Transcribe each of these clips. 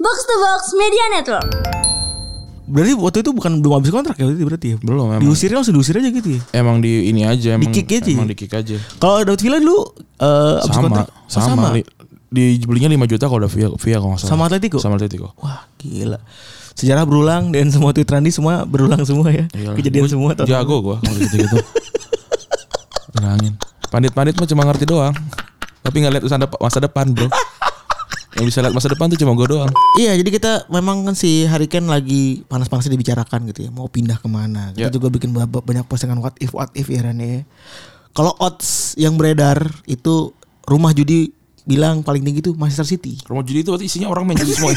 Box to Box Media Network. Berarti waktu itu belum habis kontrak ya berarti ya? Belum emang. Diusirnya langsung diusir aja gitu ya? Emang di ini aja emang. Di-kick aja? Emang di-kick aja. Kalau Daud Villa dulu habis kontrak? Sama. Dibelinya 5 juta kalau udah via kalau nggak salah. Sama Atletico. Wah gila. Sejarah berulang dan semua tweet Randy semua berulang semua ya. Iyalah. Kejadian Gua semua. Jago gue kalau gitu-gitu. Bilangin. Pandit-pandit mah cuma ngerti doang. Tapi nggak lihat masa depan bro. Yang bisa lihat masa depan tuh cuma gue doang. Iya, jadi kita memang kan si Harry Kane lagi panas-panasnya dibicarakan gitu ya. Mau pindah kemana. Kita juga bikin banyak postingan what if ya Ran ya. Kalau odds yang beredar itu rumah judi bilang paling tinggi itu Manchester City. Rumah judi itu berarti isinya orang main judi semua.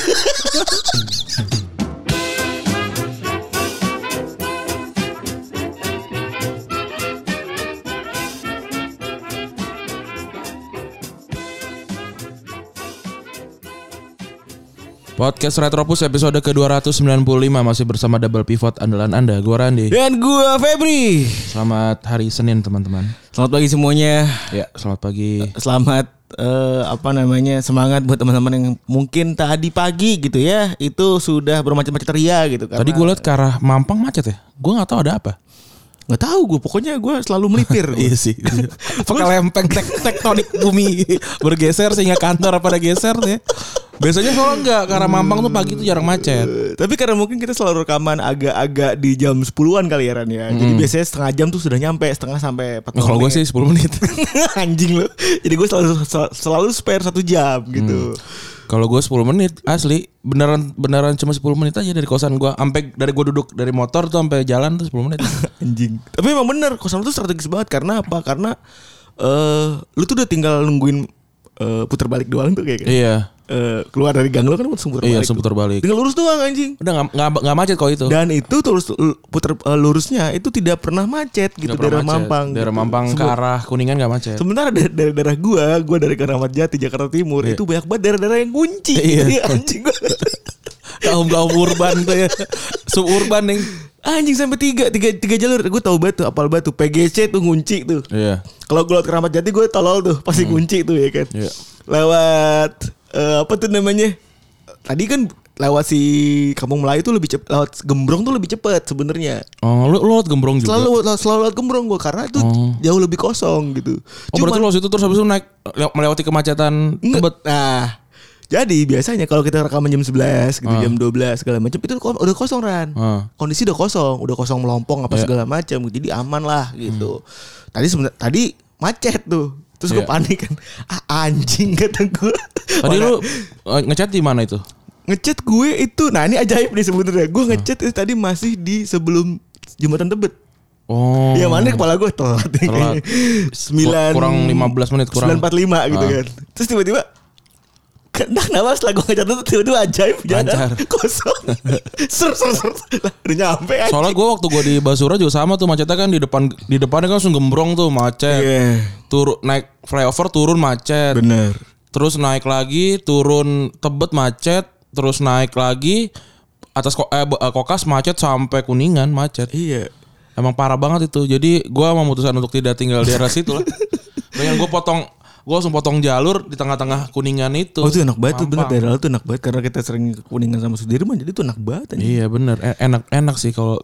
Podcast Retropus episode ke-295 masih bersama Double Pivot andalan Anda. Gua Randy. Dan gua Febri. Selamat hari Senin teman-teman. Selamat pagi semuanya. Ya, selamat pagi. Selamat semangat buat teman-teman yang mungkin tadi pagi gitu ya. Itu sudah bermacet-macet ria gitu kan. Tadi gue liat ke arah Mampang macet ya. Gue nggak tahu ada apa. Nggak tahu gue, pokoknya gue selalu melipir. Iya sih. Apakah lempeng tektonik bumi bergeser sehingga kantor pada geser ya? Biasanya soalnya enggak, karena Mampang tuh pagi tuh jarang macet. Tapi karena mungkin kita selalu rekaman agak-agak di jam 10-an kali ya Ran ya. Jadi biasanya setengah jam tuh sudah nyampe, setengah sampai 40 menit. Kalau gue sih 10 menit. Anjing lo. Jadi gue selalu spare 1 jam gitu. Kalau gue 10 menit asli beneran cuma 10 menit aja dari kosan gue. Sampai dari gue duduk dari motor tuh sampai jalan tuh 10 menit. Anjing. Tapi emang bener kosan lu tuh strategis banget. Karena apa? Karena lu tuh udah tinggal nungguin putar balik doang tuh kayak. Iya. Keluar dari gang lu kan langsung putar balik. Iya, langsung putar balik. Tinggal lurus doang anjing. Udah nggak macet kok itu. Dan itu terus putar lurusnya itu tidak pernah macet gitu daerah Mampang. Daerah Mampang ke arah Kuningan nggak macet. Sementara dari daerah gua dari Keramat Jati Jakarta Timur itu banyak banget daerah-daerah yang kunci. Iya. Anjing gua. Kaum urban tuh ya. Suburban nih. Anjing sampai tiga jalur. Gue tahu banget tuh, apal banget tuh. PGC tuh ngunci tuh. Iya. Kalau gue lewat Keramat Jati gue tolol tuh, pasti kunci tuh ya kan. Iya. Lewat apa tuh namanya? Tadi kan lewat si Kampung Melayu tuh lebih cepat, lewat Gembrong tuh lebih cepat sebenarnya. Oh, lu lewat Gembrong juga. Selalu lewat Gembrong gue karena itu jauh lebih kosong gitu. Oh, berarti lu situ terus habis itu naik melewati kemacetan Tebet. Nah, jadi biasanya kalau kita rekaman jam 11 gitu, jam 12 segala macam itu udah kosong Ran. Kondisi udah kosong melompong apa segala macam. Jadi aman lah gitu. Tadi macet tuh. Terus gue panik kan. Anjing kata gue. Tadi lu ngechat di mana itu? Ngechat gue itu, nah ini ajaib nih sebenarnya. Gue ngechat itu tadi masih di sebelum Jembatan Tebet. Oh. Ya mana kepala gue telat. 9 kurang 15 menit kurang 9.45 gitu kan. Terus tiba-tiba kenapa setelah gue ngecat itu tiba-tiba ajaib jalan kosong. Ser lah udah nyampe aja. Soalnya gue waktu gue di Basura juga sama tuh macetnya kan di depannya kan langsung Gembrong tuh macet. Turun naik flyover turun macet. Bener. Terus naik lagi turun Tebet macet. Terus naik lagi atas Kokas macet sampai Kuningan macet. Iya. Emang parah banget itu. Jadi gue memutuskan untuk tidak tinggal di daerah situ lah. Dan gue langsung potong jalur di tengah-tengah Kuningan itu. Oh itu enak banget tuh, bener daerah itu enak banget karena kita sering ke Kuningan sama Sudirman jadi itu enak banget aja. Iya bener, enak sih kalau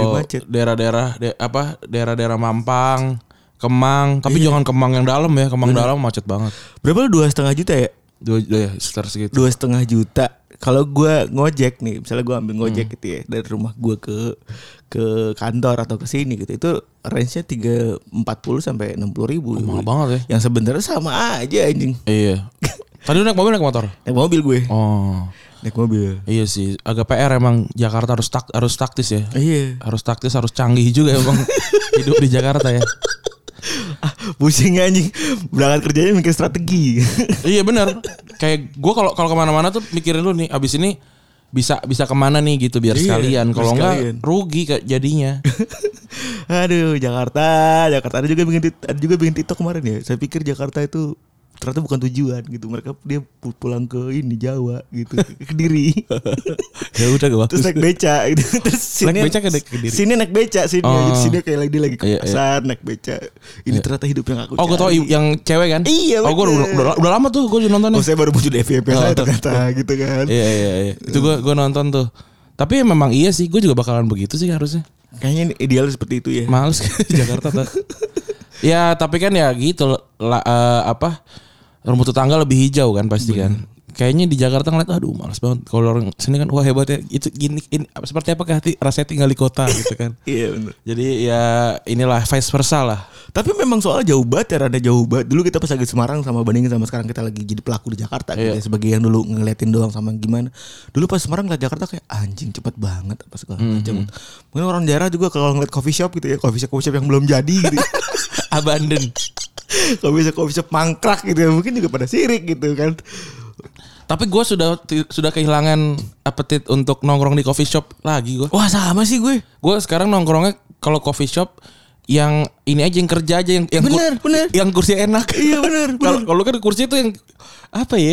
daerah-daerah Mampang, Kemang, tapi jangan Kemang yang dalam ya, Kemang dalam macet banget. Berapa lu 2,5 juta ya? Ya sekitar segitu. 2,5 juta. Kalau gue ngojek nih, misalnya gue ambil ngojek gitu ya dari rumah gue ke kantor atau ke sini gitu, itu range-nya 40 sampai 60 ribu. Mahal banget ya. Yang sebenarnya sama aja anjing. Iya. Tadi naik mobil naik motor? Naik mobil gue. Oh. Naik mobil. Iya sih, agak PR emang Jakarta harus taktis ya. Iya. Harus taktis, harus canggih juga emang hidup di Jakarta ya. Pusing anjing, berangkat kerjanya mikir strategi. Iya benar. Kayak gue kalau kemana-mana tuh mikirin lu nih, abis ini bisa kemana nih gitu biar sekalian. Kalau enggak rugi jadinya. Aduh, Jakarta ada juga bikin TikTok kemarin ya. Saya pikir Jakarta itu ternyata bukan tujuan gitu. Dia pulang ke ini Jawa gitu, ke Kediri. Ya udah gak Terus naik beca gitu. Terus naik beca ke Kediri. Sini naik beca sini. Jadi sini kayak dia lagi ke pasar naik beca. Ini ternyata hidup yang aku cari. Gue tau yang cewek kan? Iya. Gue udah lama tuh gue nontonnya. Saya baru muncul di FYP saya ternyata gitu kan. Iya. Itu gue nonton tuh. Tapi memang iya sih, gue juga bakalan begitu sih harusnya. Kayaknya ideal seperti itu ya. Males ke Jakarta tuh. Ya tapi kan ya gitu rumput tetangga lebih hijau kan pasti kan. Kayaknya di Jakarta ngeliat aduh malas banget. Kalau orang sini kan wah hebat ya. Itu gini seperti apa rasanya tinggal di kota gitu kan. Iya benar. Jadi ya inilah vice versa lah. Tapi memang soalnya jauh banget ya, rada jauh banget. Dulu kita pas lagi Semarang sama bandingin sama sekarang kita lagi jadi pelaku di Jakarta gitu ya. Sebagai yang dulu ngeliatin doang sama gimana. Dulu pas Semarang ngeliat Jakarta kayak anjing cepet banget apa segala macam. Mungkin orang daerah juga kalau ngeliat coffee shop gitu ya, coffee shop yang belum jadi gitu. Abandon. Coffee shop mangkrak gitu ya, mungkin juga pada sirik gitu kan. Tapi gue sudah kehilangan appetite untuk nongkrong di coffee shop lagi gue. Wah sama sih gue. Gue sekarang nongkrongnya kalau coffee shop yang ini aja yang kerja aja yang bener. Yang kursi enak. Iya bener. Kalau kan kursi itu yang apa ya?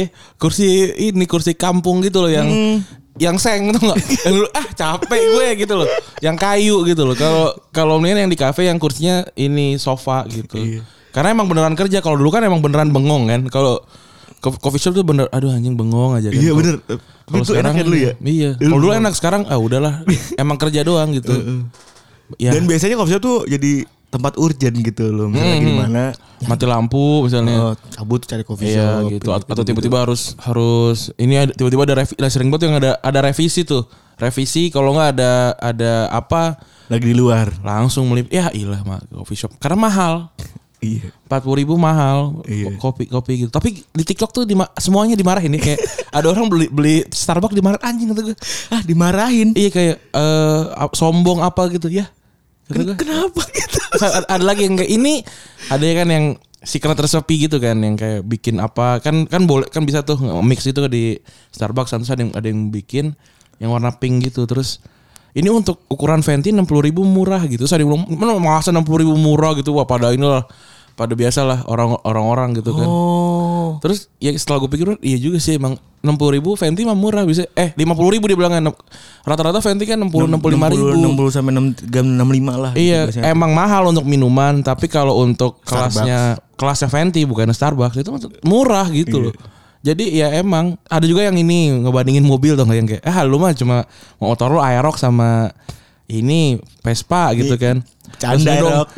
Kursi kampung gitu loh yang seng tuh nggak? Yang dulu capek gue gitu loh. Yang kayu gitu loh. Kalau ini yang di kafe yang kursinya ini sofa gitu. Iya. Karena emang beneran kerja. Kalau dulu kan emang beneran bengong kan. Kalau coffee shop tuh bener aduh anjing bengong aja kan. Iya bener. Kalau sekarang dulu ya. Iya. Kalau dulu enak, sekarang udahlah. Emang kerja doang gitu. Ya. Dan biasanya coffee shop tuh jadi tempat urgent gitu loh. Misalnya gimana mati lampu misalnya. Cabut cari coffee shop gitu. Atau tiba-tiba harus ini tiba-tiba ada sering banget yang ada revisi tuh. Revisi kalau nggak ada apa lagi di luar langsung ya ilah coffee shop karena mahal. Iya. 40.000 mahal kopi gitu. Tapi di TikTok tuh semuanya dimarahin nih kayak ada orang beli Starbucks dimarahin anjing kata gue. Dimarahin. Iya kayak sombong apa gitu ya. Kenapa gitu? Ada lagi yang kayak ini ada kan yang secret recipe gitu kan yang kayak bikin apa kan boleh kan bisa tuh mix itu di Starbucks terus ada yang bikin yang warna pink gitu terus ini untuk ukuran venti 60.000 murah gitu. Terus ada yang bilang masa 60.000 murah gitu. Wah pada inilah pada biasalah orang-orang gitu kan. Terus ya setelah gue pikir iya juga sih emang 60.000 venti mah murah bisa 50.000 dia bilangnya rata-rata venti kan 65.000 60 sampai 65 lah. Iya gitu emang mahal untuk minuman tapi kalau untuk kelasnya venti bukan Starbucks itu murah gitu loh. Jadi ya emang ada juga yang ini ngebandingin mobil tuh yang kayak lu mah cuma motor lu Aerox sama ini Vespa gitu kan. Canda dong.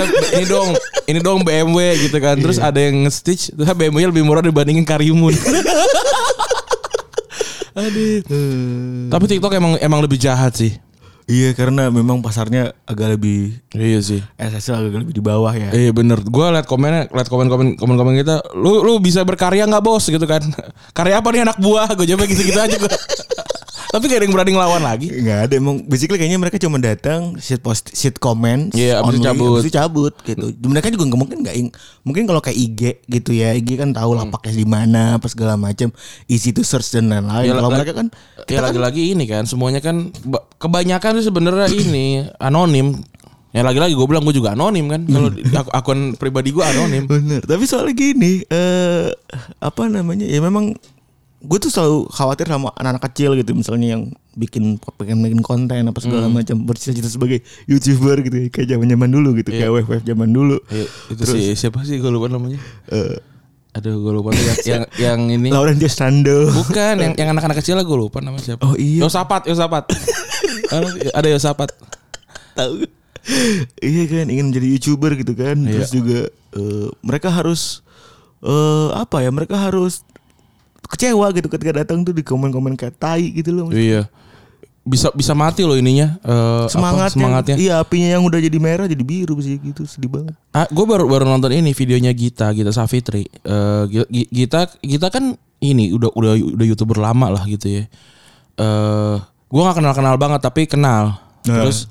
Ini dong BMW gitu kan. Terus ada yang nge-stitch terus BMW-nya lebih murah dibandingin Karimun. Aduh. Tapi TikTok emang lebih jahat sih. Iya karena memang pasarnya agak lebih sih. SSL agak lebih di bawah ya. Iya bener. Gue liat komen kita. Lu bisa berkarya nggak bos gitu kan? Karya apa nih anak buah? Gue jawab gitu aja gue. Tapi gak ada yang berani ngelawan lagi. Gak ada emang. Basically kayaknya mereka cuma datang shit comments. Iya abis itu cabut gitu. Mereka juga mungkin kalau kayak IG gitu ya. IG kan tahu lapaknya di mana apa segala macam. Easy to search dan lain-lain. Kalau mereka kan lagi-lagi ini kan semuanya kan kebanyakan tuh sebenarnya ini anonim. Ya lagi-lagi gue bilang gue juga anonim kan. Kalau akun pribadi gue anonim. Bener. Tapi soalnya gini, apa namanya? Ya memang gue tuh selalu khawatir sama anak-anak kecil gitu misalnya yang pengen bikin konten apa segala macam bercita-cita sebagai YouTuber gitu kayak zaman dulu gitu kayak wave zaman dulu. Itu terus, siapa sih gue lupa namanya. Aduh gue lupa tuh yang ini Lauren Justando. Bukan yang anak-anak kecil lah gue lupa namanya siapa. Oh iya. Yosapat. Ada Yosapat. Tahu. Iya kan ingin menjadi YouTuber gitu kan. Terus juga mereka harus mereka harus kecewa gitu ketika datang tuh di komen-komen kayak tai gitu loh. Iya. Bisa mati loh ininya. Semangatnya. Iya, apinya yang udah jadi merah jadi biru sih gitu, sedih banget. Gue baru nonton ini videonya Gita Savitri. Gita kan ini udah YouTuber lama lah gitu ya. Gue enggak kenal banget tapi kenal. Terus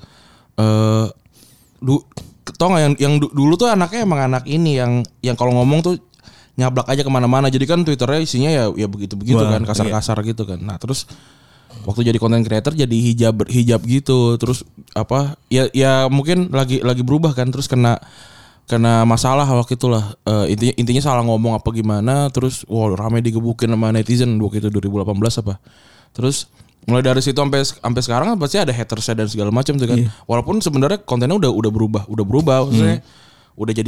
tau gak yang dulu tuh anaknya emang anak ini yang kalau ngomong tuh nyablak aja kemana-mana. Jadi kan Twitternya isinya ya begitu kan kasar-kasar gitu kan. Nah terus waktu jadi content creator jadi hijab gitu. Terus apa ya mungkin lagi berubah kan. Terus kena kena masalah waktu itulah. Intinya salah ngomong apa gimana, terus rame digebukin sama netizen waktu itu 2018 apa. Terus mulai dari situ sampai sekarang pasti ada hatersnya dan segala macam tuh kan. Iya. Walaupun sebenarnya kontennya udah berubah maksudnya udah jadi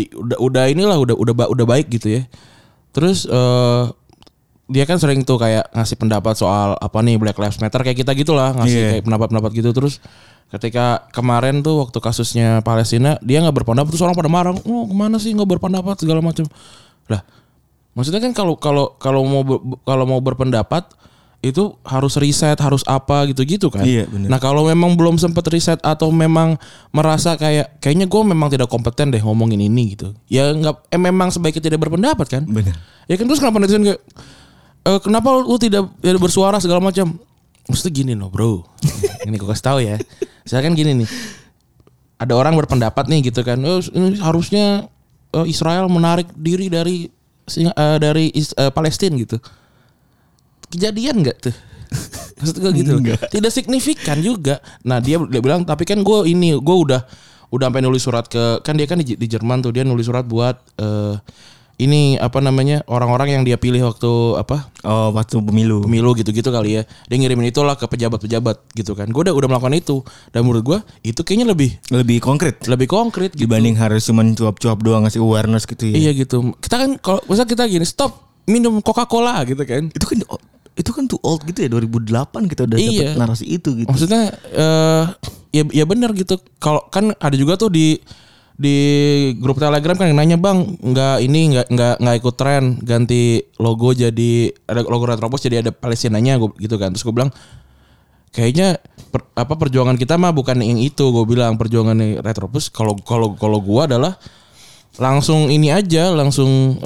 udah baik gitu ya. Terus dia kan sering tuh kayak ngasih pendapat soal apa nih Black Lives Matter kayak kita gitulah, ngasih kayak pendapat-pendapat gitu. Terus ketika kemarin tuh waktu kasusnya Palestina dia nggak berpendapat, terus orang pada marah, kemana sih nggak berpendapat segala macam. Lah maksudnya kan kalau mau berpendapat itu harus riset, harus apa gitu-gitu kan. Iya, bener. Nah kalau memang belum sempat riset atau memang merasa kayaknya gue memang tidak kompeten deh ngomongin ini gitu, ya nggak memang sebaiknya tidak berpendapat kan. Bener. Ya kan, terus kenapa netizen kayak kenapa lu tidak bersuara segala macam. Maksudnya gini loh bro, ini gue kasih tahu ya. Misalkan gini nih, ada orang berpendapat nih gitu kan, ini harusnya Israel menarik diri dari Palestina gitu. Kejadian nggak tuh? Maksud gue gitu. Tidak signifikan juga. Nah dia bilang tapi kan gue udah sampai nulis surat ke, kan dia kan di Jerman tuh, dia nulis surat buat ini apa namanya, orang-orang yang dia pilih waktu apa? Oh, waktu pemilu gitu-gitu kali ya. Dia ngirimin itulah ke pejabat-pejabat gitu kan. Gue udah melakukan itu, dan menurut gue itu kayaknya lebih konkret gitu. Dibanding harus cuma cuap-cuap doang ngasih awareness gitu ya. Iya gitu. Kita kan kalau misalnya kita gini, stop minum Coca-Cola gitu kan. Itu kan too old gitu ya, 2008 kita udah dapat narasi itu gitu. Maksudnya ya benar gitu. Kalau kan ada juga tuh di grup Telegram kan yang nanya, "Bang, nggak ikut tren ganti logo, jadi ada logo Retropus jadi ada Palestinanya," gitu kan. Terus gue bilang kayaknya perjuangan kita mah bukan yang itu. Gue bilang perjuangan Retropus kalau gue adalah langsung ini aja, langsung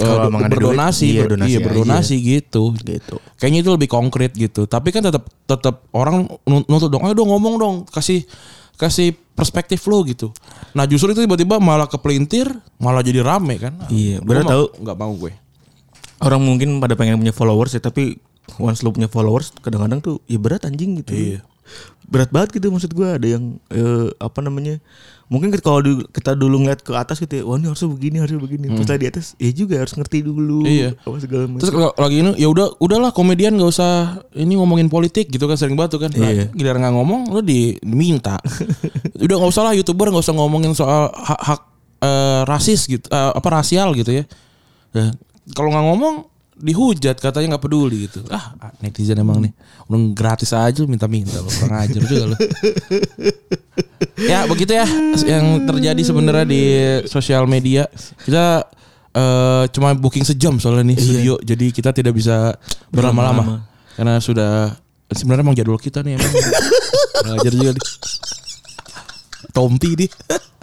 berdonasi gitu. Kayaknya itu lebih konkret gitu. Tapi kan tetap orang nuntut dong, ayo dong ngomong dong, kasih perspektif lo gitu. Nah justru itu tiba-tiba malah kepelintir, malah jadi rame kan. Iya, benar tahu. Nggak mau gue. Orang mungkin pada pengen punya followers ya, tapi once lo punya followers kadang-kadang tuh ya berat anjing gitu. Iya. Berat banget gitu, maksud gue ada yang mungkin kalau kita dulu ngeliat ke atas gitu ya, wah ini harusnya begini. Terus di atas ya juga harus ngerti dulu. Iya. Apa segala macam. Terus kalau lagi ini ya udahlah komedian nggak usah ini ngomongin politik gitu kan, sering banget tuh kan. Nah, giliran nggak ngomong lo diminta. Udah nggak usah lah, YouTuber nggak usah ngomongin soal hak rasis gitu, rasial gitu ya. Nah, kalau nggak ngomong dihujat, katanya nggak peduli gitu. Netizen emang nih udah gratis aja minta-minta lo, kurang ajar juga lo. Ya begitu ya yang terjadi sebenarnya di sosial media. Kita cuma booking sejam soalnya nih studio, jadi kita tidak bisa berlama-lama karena sudah sebenarnya emang jadwal kita nih emang ngajar juga nih. Tompi nih.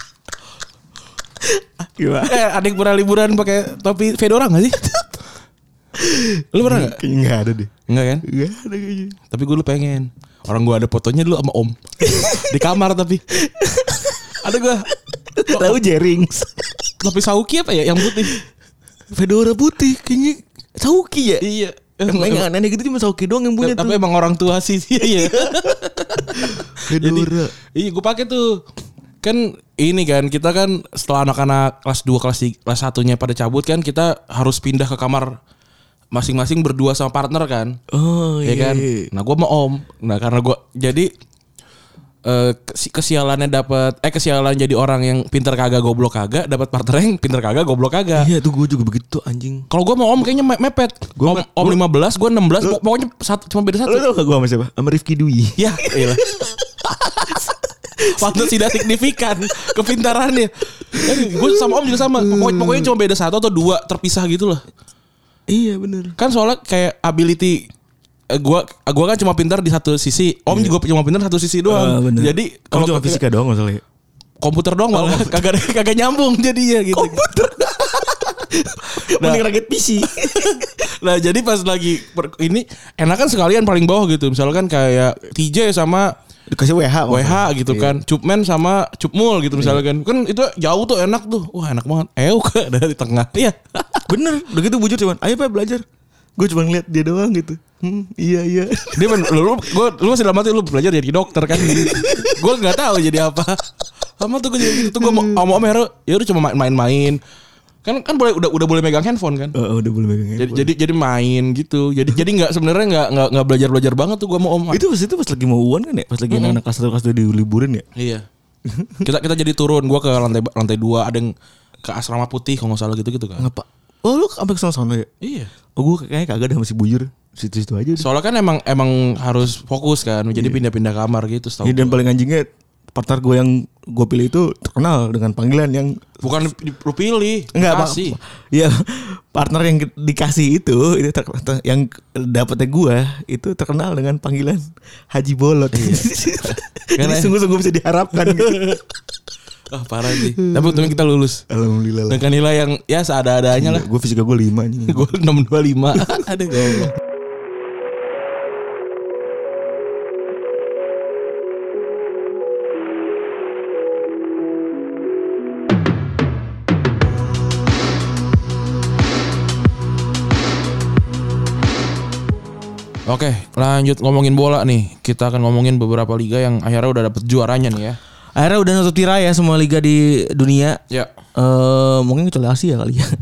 Gimana? Adik pernah liburan pakai topi fedora nggak sih? Lu pernah gak? Nggak ada deh. Enggak kan? Nggak ada kayaknya. Tapi gue pengen. Orang gue ada fotonya dulu sama Om di kamar tapi ada gue tahu Jerings. Tapi Sauki apa ya yang putih? Fedora putih kayaknya Sauki ya? Iya. Nenek gitu cuma Sauki doang yang punya tuh. Tapi emang orang tua sih. Iya. Fedora. Iya gue pakai tuh. Kan ini kan kita kan setelah anak-anak kelas 2 kelas 1-nya pada cabut kan, kita harus pindah ke kamar masing-masing berdua sama partner kan. Oh iya kan. Nah gue mau Om. Nah karena gue jadi kesialannya kesialan jadi orang yang pinter kagak goblok kagak, dapat partner yang pinter kagak goblok kagak. Iya tuh gue juga begitu anjing. Kalau gue mau Om kayaknya mepet. Om 15, gue 16, pokoknya cuma beda 1. Lo tau gak gue sama siapa? Sama Rifki Dwi. Ya iya. Waktu tidak signifikan kepintarannya. Gue sama Om juga sama. Pokoknya cuma beda 1 atau 2 terpisah gitu loh. Iya benar. Kan soalnya kayak ability gua kan cuma pintar di satu sisi, Om juga cuma pintar satu sisi doang. Jadi kalau cuma fisika doang masalahnya. Komputer doang malah kagak nyambung jadinya gitu. Komputer. Mending rakit PC. Nah, jadi pas lagi ini enakan sekalian paling bawah gitu. Misalkan kayak TJ sama dikasih WH gitu kan. Cupman sama Cupmul gitu misalkan. Kan itu jauh tuh, enak tuh. Wah, enak banget. Dari tengah. Iya. Bener, udah gitu bujur cuman, ayo Pak belajar. Gue cuma ngeliat dia doang gitu. Iya. Dia lu masih dalam hati lu belajar jadi dokter kan. Gue nggak tahu jadi apa. Sama tuh gue gitu tuh gue mau Hero ya udah cuma main-main. Kan udah boleh megang handphone kan? Udah boleh megang handphone. Jadi main gitu. Jadi nggak sebenarnya nggak belajar banget tuh gue mau Om. Itu pas lagi mau UAN kan ya? Pas lagi anak-anak kelas 1 kelas 2 di liburan ya? Iya. Kita jadi turun, gue ke lantai 2, ada yang ke asrama putih kalau nggak salah gitu kan. Ngapa? Oh lu sampai ke sana ya? Iya. Oh gue kayaknya kagak dah masih bujur. Situ-situ aja. Soalnya kan emang harus fokus kan, jadi pindah-pindah kamar gitu. Iya, dan paling anjingnya partner gue yang gue pilih itu terkenal dengan panggilan yang bukan lu pilih, enggak kasih. Iya, partner yang dikasih itu yang dapetnya gue itu terkenal dengan panggilan Haji Bolot. Iya. Jadi sungguh-sungguh bisa diharapkan gitu. Parah sih. Tapi untungnya kita lulus. Alhamdulillah. Dengan nilai yang ya seada-adanya lah. Gue fisika gue 5 nih. Gue 625. Ada goblok. Oke, lanjut ngomongin bola nih. Kita akan ngomongin beberapa liga yang akhirnya udah dapet juaranya nih ya. Akhirnya udah nutup tirai ya semua liga di dunia. Ya. Mungkin kecuali Asia kali ya.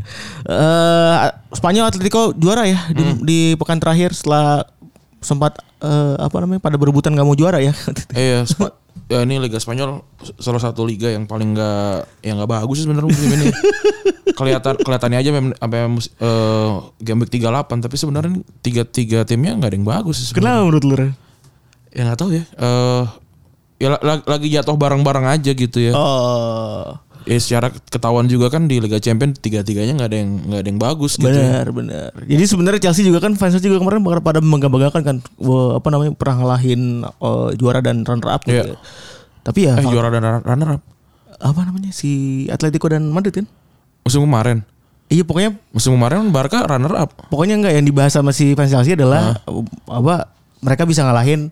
Spanyol Atletico juara ya di pekan terakhir setelah sempat pada berebutan nggak mau juara ya. Iya. Ya ini Liga Spanyol salah satu liga yang paling nggak bagus sih sebenarnya musim ini. Kelihatannya aja sampai game week 38 tapi sebenarnya tiga timnya nggak ada yang bagus sih. Kenapa menurut lu? Ya nggak tahu ya. Ya lagi jatuh bareng-bareng aja gitu ya. Oh. Ya secara ketahuan juga kan di Liga Champions tiga-tiganya nggak ada yang bagus gitu. Benar. Jadi sebenarnya Chelsea juga kan fans juga kemarin pada membanggakan kan pernah ngalahin juara dan runner up gitu. Yeah. Tapi ya juara dan runner up. Apa namanya si Atletico dan Madrid kan? Musim kemarin. Iya pokoknya musim kemarin Barca runner up. Pokoknya enggak yang dibahas sama si fans Chelsea adalah mereka bisa ngalahin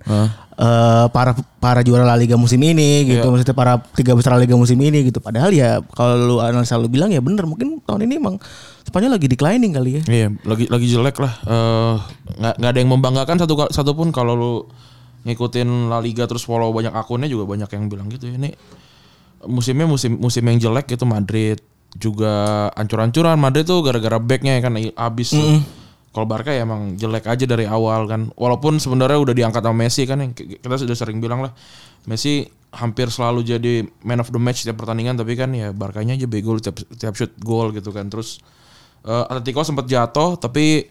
para juara La Liga musim ini gitu. Maksudnya para 3 besar La Liga musim ini gitu. Padahal ya kalau lu analisa lu bilang ya bener, mungkin tahun ini emang Spanyol lagi declining kali ya. Iya, lagi jelek lah. Nggak ada yang membanggakan satupun kalau lu ngikutin La Liga terus follow banyak akunnya juga banyak yang bilang gitu ya. Ini musimnya musim yang jelek gitu. Madrid juga ancur-ancuran. Madrid tuh gara-gara backnya kan abis tuh. Kalau Barca ya emang jelek aja dari awal kan. Walaupun sebenarnya udah diangkat sama Messi kan, yang kita sudah sering bilang lah. Messi hampir selalu jadi man of the match setiap pertandingan, tapi kan ya Barkanya aja bego tiap shoot goal gitu kan. Terus Atletico sempat jatuh tapi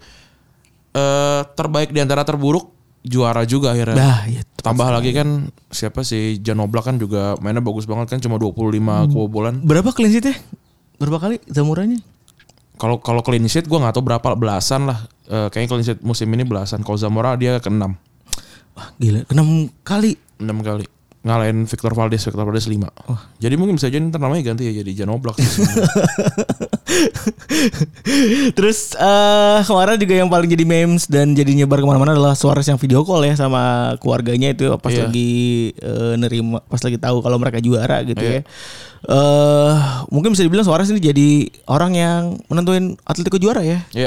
terbaik di antara terburuk, juara juga akhirnya. Ya, tambah lagi kan siapa sih Jan Oblak kan juga mainnya bagus banget kan, cuma 25 kebobolan. Berapa clean sheet-nya? Berapa kali Zamorannya? Kalau clean sheet gue nggak tahu berapa, belasan lah. Kayaknya clean sheet musim ini belasan. Kalau Zamora dia ke 6. Wah gila, 6 kali. 6 kali. Ngalahin Victor Valdez 5. Jadi mungkin bisa jadi ntar namanya ganti ya jadi Jan Oblak. Terus kemarin juga yang paling jadi memes dan jadi nyebar kemana-mana adalah Suarez yang video call ya sama keluarganya itu pas lagi nerima, pas lagi tahu kalau mereka juara gitu ya. Mungkin bisa dibilang Suarez ini jadi orang yang menentuin Atletico juara ya. Iya.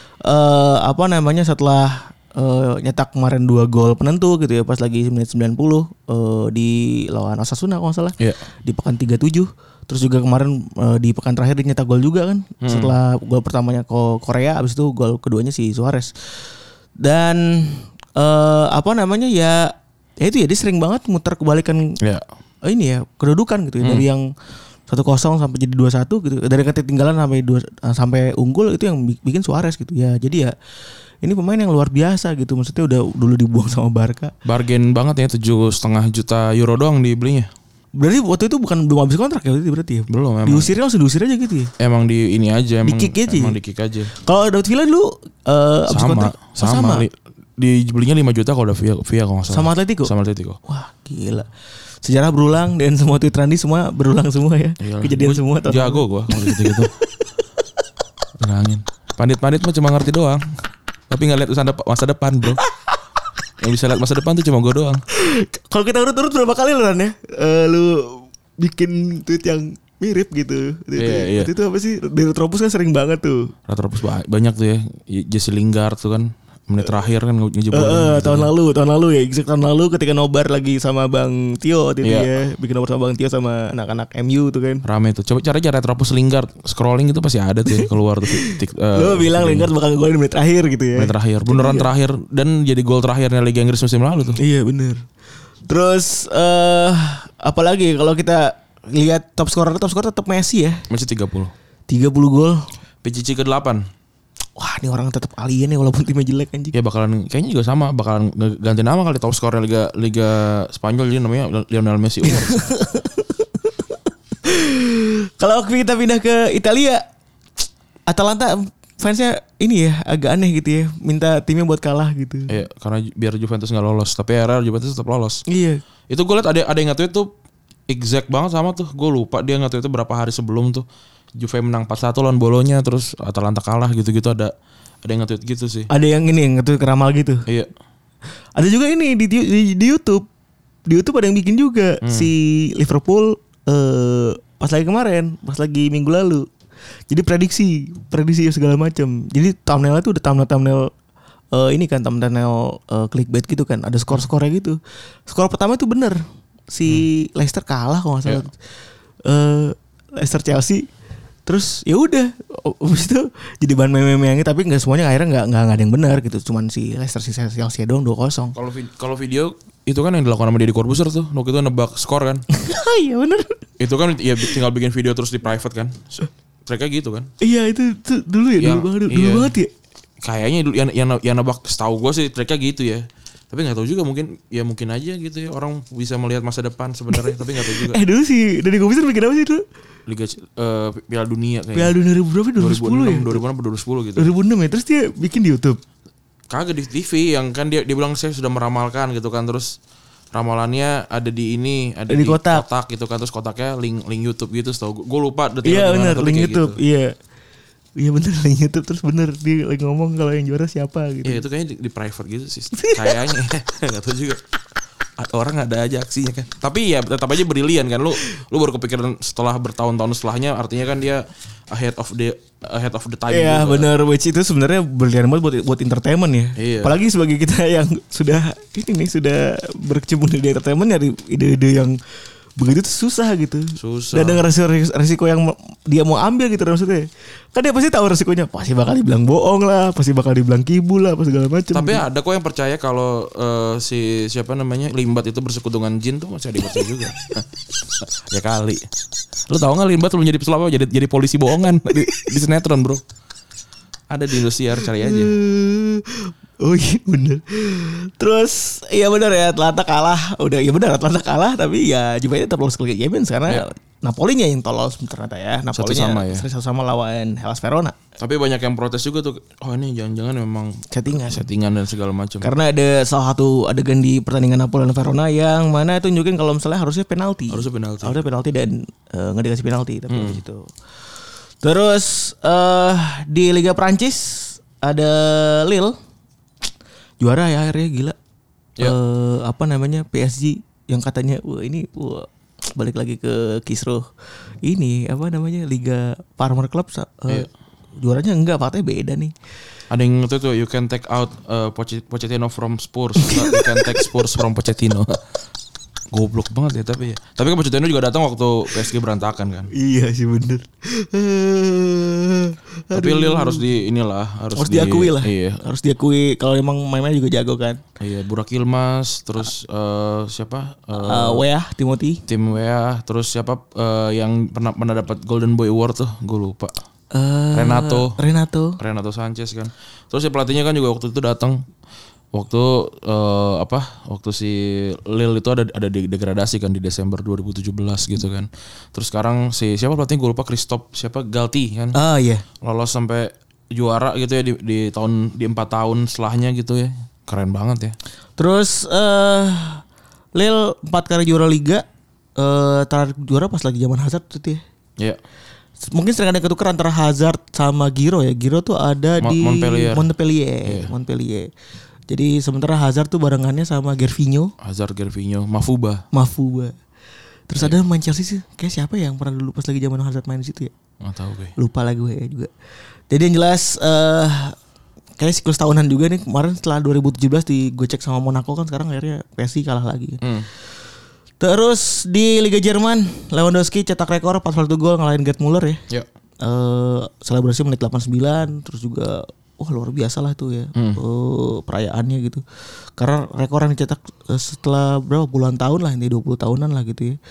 Setelah nyetak kemarin 2 gol penentu gitu ya pas lagi menit 90 di lawan Osasuna kalau nggak salah. Di pekan 37. Terus juga kemarin di pekan terakhir dia nyetak gol juga kan. Setelah gol pertamanya ke Korea, abis itu gol keduanya si Suarez. Dan ya itu ya dia sering banget muter kebalikan ini ya kedudukan gitu ya. Dari yang 1-0 sampai jadi 2-1 gitu. Dari ketinggalan sampai unggul itu yang bikin Suarez gitu ya. Jadi ya ini pemain yang luar biasa gitu. Maksudnya udah dulu dibuang sama Barca. Bargain banget ya, 7,5 juta euro doang dibelinya. Berarti waktu itu belum habis kontrak ya berarti ya? Belum emang. Diusir aja gitu ya? Emang di ini aja emang. Di kick aja. Kalau David Villa dulu habis kontrak? Sama. Dibelinya 5 juta kalau udah via kalau nggak salah. Sama Atletico. Wah gila. Sejarah berulang dan semua tweet Randy semua berulang semua ya. Iyalah. Kejadian semua. Jago gue kalau gitu-gitu. Bilangin. Pandit-pandit mah cuma ngerti doang. Tapi nggak lihat masa depan bro. Yang bisa lihat masa depan tuh cuma gue doang. Kalau kita urut-urut berapa kali lu Ran ya? Lu bikin tweet yang mirip gitu. Iya. Itu apa sih? Dari Retropus kan sering banget tuh. Retropus banyak tuh ya. Jesse Lingard tuh kan. menit terakhir kan ngejebolin. Tahun lalu ya, exact tahun lalu ketika nobar lagi sama Bang Tio gitu ya, bikin nobar sama Bang Tio sama anak-anak MU tuh kan. Rame tuh. Coba cari Retropus Lingard scrolling itu pasti ada tuh keluar tuh. Lo bilang Lingard bakal golin menit terakhir gitu ya. Menit terakhir, beneran terakhir dan jadi gol terakhirnya Liga Inggris musim lalu tuh. Iya bener. Terus apalagi kalau kita lihat top scorer tetap Messi ya. Messi 30 gol. PCC ke-8. Wah, ini orang tetap alien ya walaupun timnya jelek anjing. Ya kayaknya juga sama, bakalan ganti nama kali top scorer Liga Spanyol jadi namanya Lionel Messi Awards. Kalau kita pindah ke Italia, Atalanta fansnya ini ya agak aneh gitu ya, minta timnya buat kalah gitu. Iya, karena biar Juventus nggak lolos, tapi era Juventus tetap lolos. Iya. Itu gue liat ada yang nge-tweet tuh exact banget sama tuh. Gue lupa dia nge-tweet itu berapa hari sebelum tuh. Juve menang 4-1 lawan Bolonya, terus Atalanta kalah gitu-gitu, ada yang nge-tweet gitu sih. Ada yang ini yang nge-tweet keramal gitu. Iya. Ada juga ini di YouTube. Di YouTube ada yang bikin juga si Liverpool pas lagi minggu lalu. Jadi prediksi segala macam. Jadi thumbnailnya tuh udah thumbnail ini kan thumbnail clickbait gitu kan. Ada skor-skornya gitu. Skor pertama itu bener. Si Leicester kalah kalau nggak salah. Leicester Chelsea. Terus ya udah, habis itu jadi bahan meme-meme yang tapi nggak semuanya akhirnya nggak ada yang benar gitu, cuman si Leicester si Chelsea doang 2-0. Kalau video itu kan yang dilakukan sama Deddy Corbuzier tuh, waktu itu nebak skor kan? Iya benar. Itu kan ya tinggal bikin video terus di private kan, mereka gitu kan? Iya itu dulu ya, dulu banget ya. Kayaknya yang nebak, setahu gue sih mereka gitu ya. Tapi nggak tahu juga, mungkin aja gitu ya, orang bisa melihat masa depan sebenarnya, tapi nggak tahu juga. Dulu sih Deddy Corbuzier bikin apa sih dulu? Liga Piala Dunia kayaknya. Piala Dunia 2010 ya? 2010 gitu. 2006 ya, terus dia bikin di YouTube. Kagak di TV, yang kan dia bilang saya sudah meramalkan gitu kan, terus ramalannya ada di ini, ada di kotak gitu kan, terus kotaknya link YouTube gitu, setahu gue lupa detailnya. Iya benar, link YouTube. Gitu. Iya bener link YouTube, terus bener dia lagi ngomong kalau yang juara siapa gitu. Iya itu kayaknya di private gitu sih. Kayaknya enggak tahu juga. Orang ada aja aksinya kan. Tapi ya tetap aja brilian kan, lu baru kepikiran setelah bertahun-tahun setelahnya, artinya kan dia ahead of the time. Iya benar, which itu sebenarnya brilian banget buat entertainment ya. Iya. Apalagi sebagai kita yang sudah berkecimpung di entertainment, nyari ide-ide yang begitu tuh susah gitu. Dan dengan resiko yang dia mau ambil gitu maksudnya. Kan dia pasti tahu resikonya. Pasti bakal dibilang bohong lah, pasti bakal dibilang kibul lah, apa segala macam. Tapi gitu. ada kok yang percaya kalau si siapa namanya Limbat itu bersekutu dengan jin tuh, masih ada yang percaya juga. Ya kali. Lu tahu nggak Limbat belum jadi pesulap apa? Jadi polisi bohongan di sinetron, bro. Ada di Indosiar, cari aja. Oh iya bener. Terus iya bener ya, Atlanta kalah. Udah iya bener, Atlanta kalah, tapi ya Juventus tetap lolos ke Liga Champions karena Napolinya yang tolos ternyata ya. Napolinya sama lawan Hellas Verona. Tapi banyak yang protes juga tuh. Oh ini jangan-jangan memang settingan dan segala macam. Karena ada salah satu adegan di pertandingan Napoli dan Verona yang mana itu tunjukin kalau misalnya harusnya penalti dan nggak dikasih penalti tapi di situ. Terus di Liga Prancis ada Lille juara ya akhirnya, gila. Apa namanya, PSG yang katanya balik lagi ke Kisruh. Ini apa namanya, Liga Farmer Club juaranya enggak, katanya beda nih. Ada yang itu tuh, you can take out Pochettino from Spurs, you can take Spurs from Pochettino. Goblok banget ya tapi ya. Tapi kan Pochettino juga datang waktu PSG berantakan kan. Iya sih bener. Tapi Lille harus diakui lah. Iya. Harus diakui kalau emang mainnya juga jago kan. Iya, Burak Yilmaz, terus siapa? Timothy. Tim Weah, terus siapa yang pernah dapat Golden Boy Award tuh, gue lupa. Renato Sanchez kan. Terus si pelatihnya kan juga waktu itu datang. Waktu si Lille itu ada degradasi kan di Desember 2017 gitu kan. Terus sekarang siapa pelatihnya gue lupa, Galti kan. Iya. Lolos sampai juara gitu ya di 4 tahun setelahnya gitu ya. Keren banget ya. Terus Lille 4 kali juara liga. Terakhir juara pas lagi zaman Hazard tuh ya. Iya. Mungkin sering ada ketukar antara Hazard sama Giroud ya. Giroud tuh ada di Montpellier. Jadi sementara Hazard tuh barengannya sama Gervinho, Mafuba. Terus ada main Chelsea sih, kayak siapa ya yang pernah dulu pas lagi zaman Hazard main di situ ya? Nggak tahu gue. Lupa lagi gue juga. Jadi yang jelas kayak siklus tahunan juga nih kemarin setelah 2017 gue cek sama Monaco kan sekarang akhirnya PSG kalah lagi. Terus di Liga Jerman Lewandowski cetak rekor 41 gol ngalahin Gerd Müller ya. Selebrasi menit 89 terus juga luar biasa lah tuh ya. Perayaannya gitu. Karena rekor yang dicetak setelah berapa puluhan tahun lah, ini 20 tahunan lah gitu ya.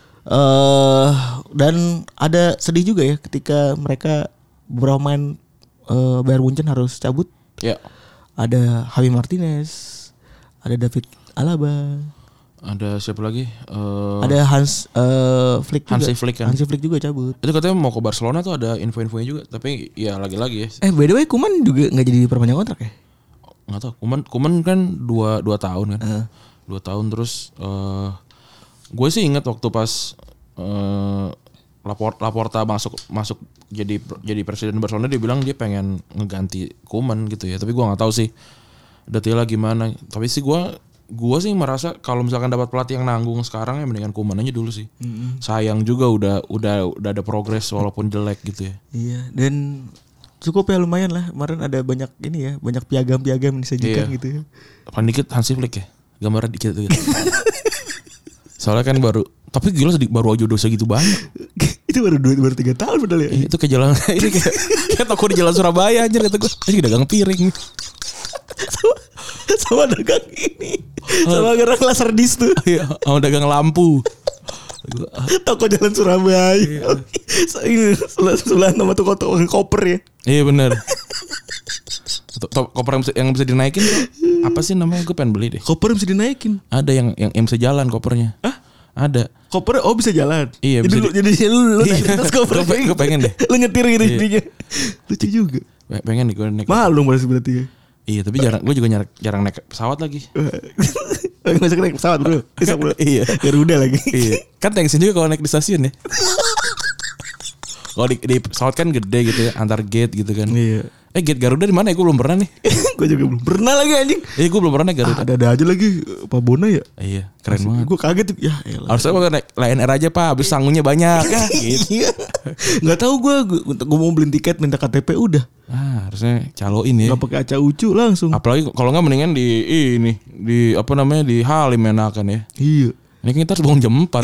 Dan ada sedih juga ya ketika mereka beberapa main Bayern Munchen harus cabut. Ada Javi Martinez, ada David Alaba, ada siapa lagi? Ada Hansi Flick kan. Hansi Flick juga cabut. Itu katanya mau ke Barcelona tuh, ada info-infonya juga. Tapi ya lagi-lagi ya. By the way Koeman juga nggak jadi perpanjang kontrak ya? Nggak tahu. Koeman kan 2 tahun kan. 2 tahun terus. Gue sih ingat waktu pas Laporta masuk jadi presiden Barcelona, dia bilang dia pengen ngeganti Koeman gitu ya. Tapi gue nggak tahu sih detailnya gimana. Tapi sih gue sih merasa kalau misalkan dapat pelatih yang nanggung sekarang ya mendingan Koeman aja dulu sih. Sayang juga udah ada progres walaupun jelek gitu ya. Iya, dan cukup ya lumayan lah. Kemarin ada banyak ini ya, banyak piagam-piagam disajikan gitu ya. Paling dikit Hansi Flick ya, gambarnya dikit tuh. Soalnya kan baru, tapi gila baru aja dosa gitu banyak. Itu baru 3 tahun padahal ya. Itu ke jalan ini kayak toko di jalan Surabaya aja kata gue. Aja dagang piring. Sama dagang ini. Sama dagang laser disc tuh. Iya, sama dagang lampu. Toko jalan Surabaya. Ini sebelah nama toko koper ya. Iya benar. Koper yang bisa dinaikin tuh apa sih namanya? Gue pengen beli deh. Koper yang bisa dinaikin. Ada yang bisa jalan kopernya. Ada. Koper bisa jalan. Iya, jadi lu naik atas koper. Gue pengen deh. Lu nyetir gitu jadinya. Lucu juga. Pengen nih gue naik. Mahal dong berarti ya. Iya, tapi gue juga jarang naik pesawat lagi. Gak bisa naik pesawat bro. Iya. Garuda lagi. Iya. Kan tensin juga kalau naik di stasiun ya. Kalau di pesawat kan gede gitu ya, antar gate gitu kan. Iya. Gate Garuda di mana ya? Gue belum pernah nih. Gue juga belum pernah lagi anjing. Iya, gue belum pernah naik Garuda. Ada aja lagi Pak Bona ya. Iya, keren banget. Gue kaget ya. Harusnya gue naik Lion Air aja Pak, habis sanggungnya banyak ya. Gitu. Nggak tahu gue mau beli tiket minta KTP udah. Harusnya caloin ya. Nggak pakai acak ucu langsung. Apalagi kalau nggak mendingan di apa namanya di Halim enakan ya. Iya. Ini kita harus bangun jam 4.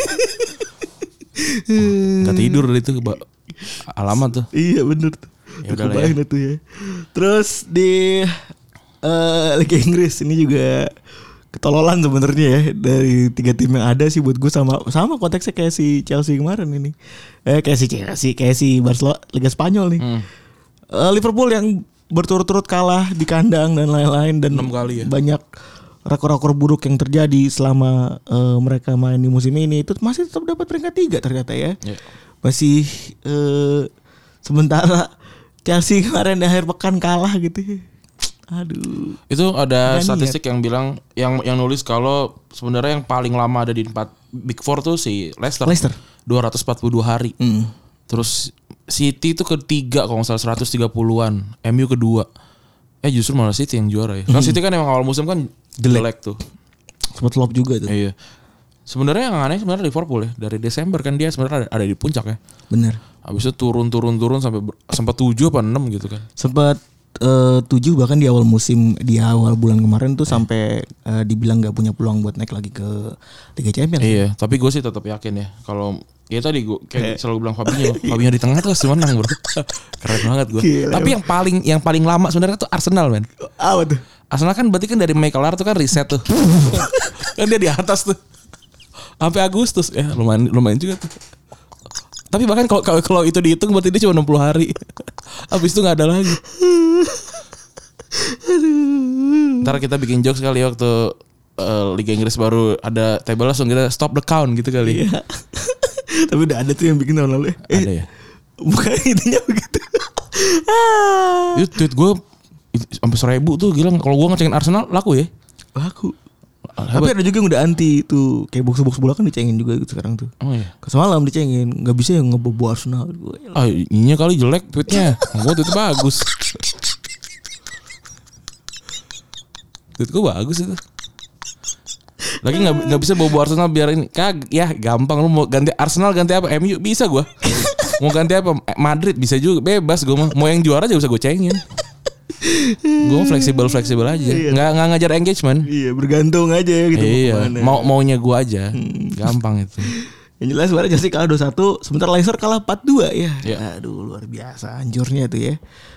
Nggak tidur itu alamat tuh. Iya bener tuh. Ya udah lah ya. Tuh ya. Terus di Liga Inggris ini juga ketololan sebenarnya ya dari 3 tim yang ada sih buat gue sama konteksnya kayak si Chelsea kemarin ini. Kayak si Barcelona Liga Spanyol nih. Liverpool yang berturut-turut kalah di kandang dan lain-lain dan 6 kali ya. Banyak rekor-rekor buruk yang terjadi selama mereka main di musim ini itu masih tetap dapat peringkat 3 ternyata ya. Masih sementara Chelsea kemarin di akhir pekan kalah gitu. Aduh. Itu ada statistik yang bilang yang nulis kalau sebenarnya yang paling lama ada di 4 Big Four tuh si Leicester. 242 hari. Terus City itu ketiga kalau nggak salah 130-an. MU kedua. Justru malah City yang juara ya. Karena City kan emang awal musim kan jelek tuh. Sempat flop juga tuh. Iya. Sebenarnya yang aneh sebenarnya Liverpool ya. Dari Desember kan dia sebenarnya ada di puncak ya. Bener. Habis itu turun sampai sempat 7 apa 6 gitu kan. Sempat 7 bahkan di awal musim, di awal bulan kemarin tuh sampai dibilang nggak punya peluang buat naik lagi ke Liga Champions. Iya, tapi gue sih tetap yakin ya kalau ya tadi gue kayak selalu bilang Fabinho di tengah tuh pasti menang bro. Keren banget gue. Tapi yang paling lama sebenarnya tuh Arsenal men. Apa tuh? Arsenal kan berarti kan dari Mei kelar tuh kan reset tuh. Kan dia di atas tuh. Sampai Agustus ya lumayan juga tuh. Tapi bahkan kalau itu dihitung berarti dia cuma 60 hari. Habis itu enggak ada lagi. Ntar kita bikin jokes kali ya waktu Liga Inggris baru ada table langsung kita stop the count gitu kali. Iya. Tapi udah ada tuh yang bikin tahun lalu ya. Ada ya. Bukan intinya begitu. Itu tweet gue sampai 1.000 tuh gila. Kalau gue ngecengin Arsenal laku ya. Laku. Tapi ada juga yang udah anti tuh kayak box bola kan dicengin juga gitu sekarang tuh. Oh iya. Semalam dicengin, nggak bisa yang ngebobo Arsenal. Ininya kali jelek tweetnya. Gue tweet bagus. Tweet gue bagus itu. Lagi nggak bisa bobo Arsenal biar ini ya gampang lu mau ganti Arsenal ganti apa MU bisa gue. Mau ganti apa Madrid bisa juga bebas gue mau yang juara aja bisa gue cengin. Gue fleksibel aja. Iya. Nggak ngajar engagement. Iya, bergantung aja gitu. Iya. Maunya gue aja. Gampang itu. Yang jelas kemarin Chelsea kalah 2-1, sementara Leicester kalah 4-2 ya. Iya. Aduh, luar biasa hancurnya tuh ya.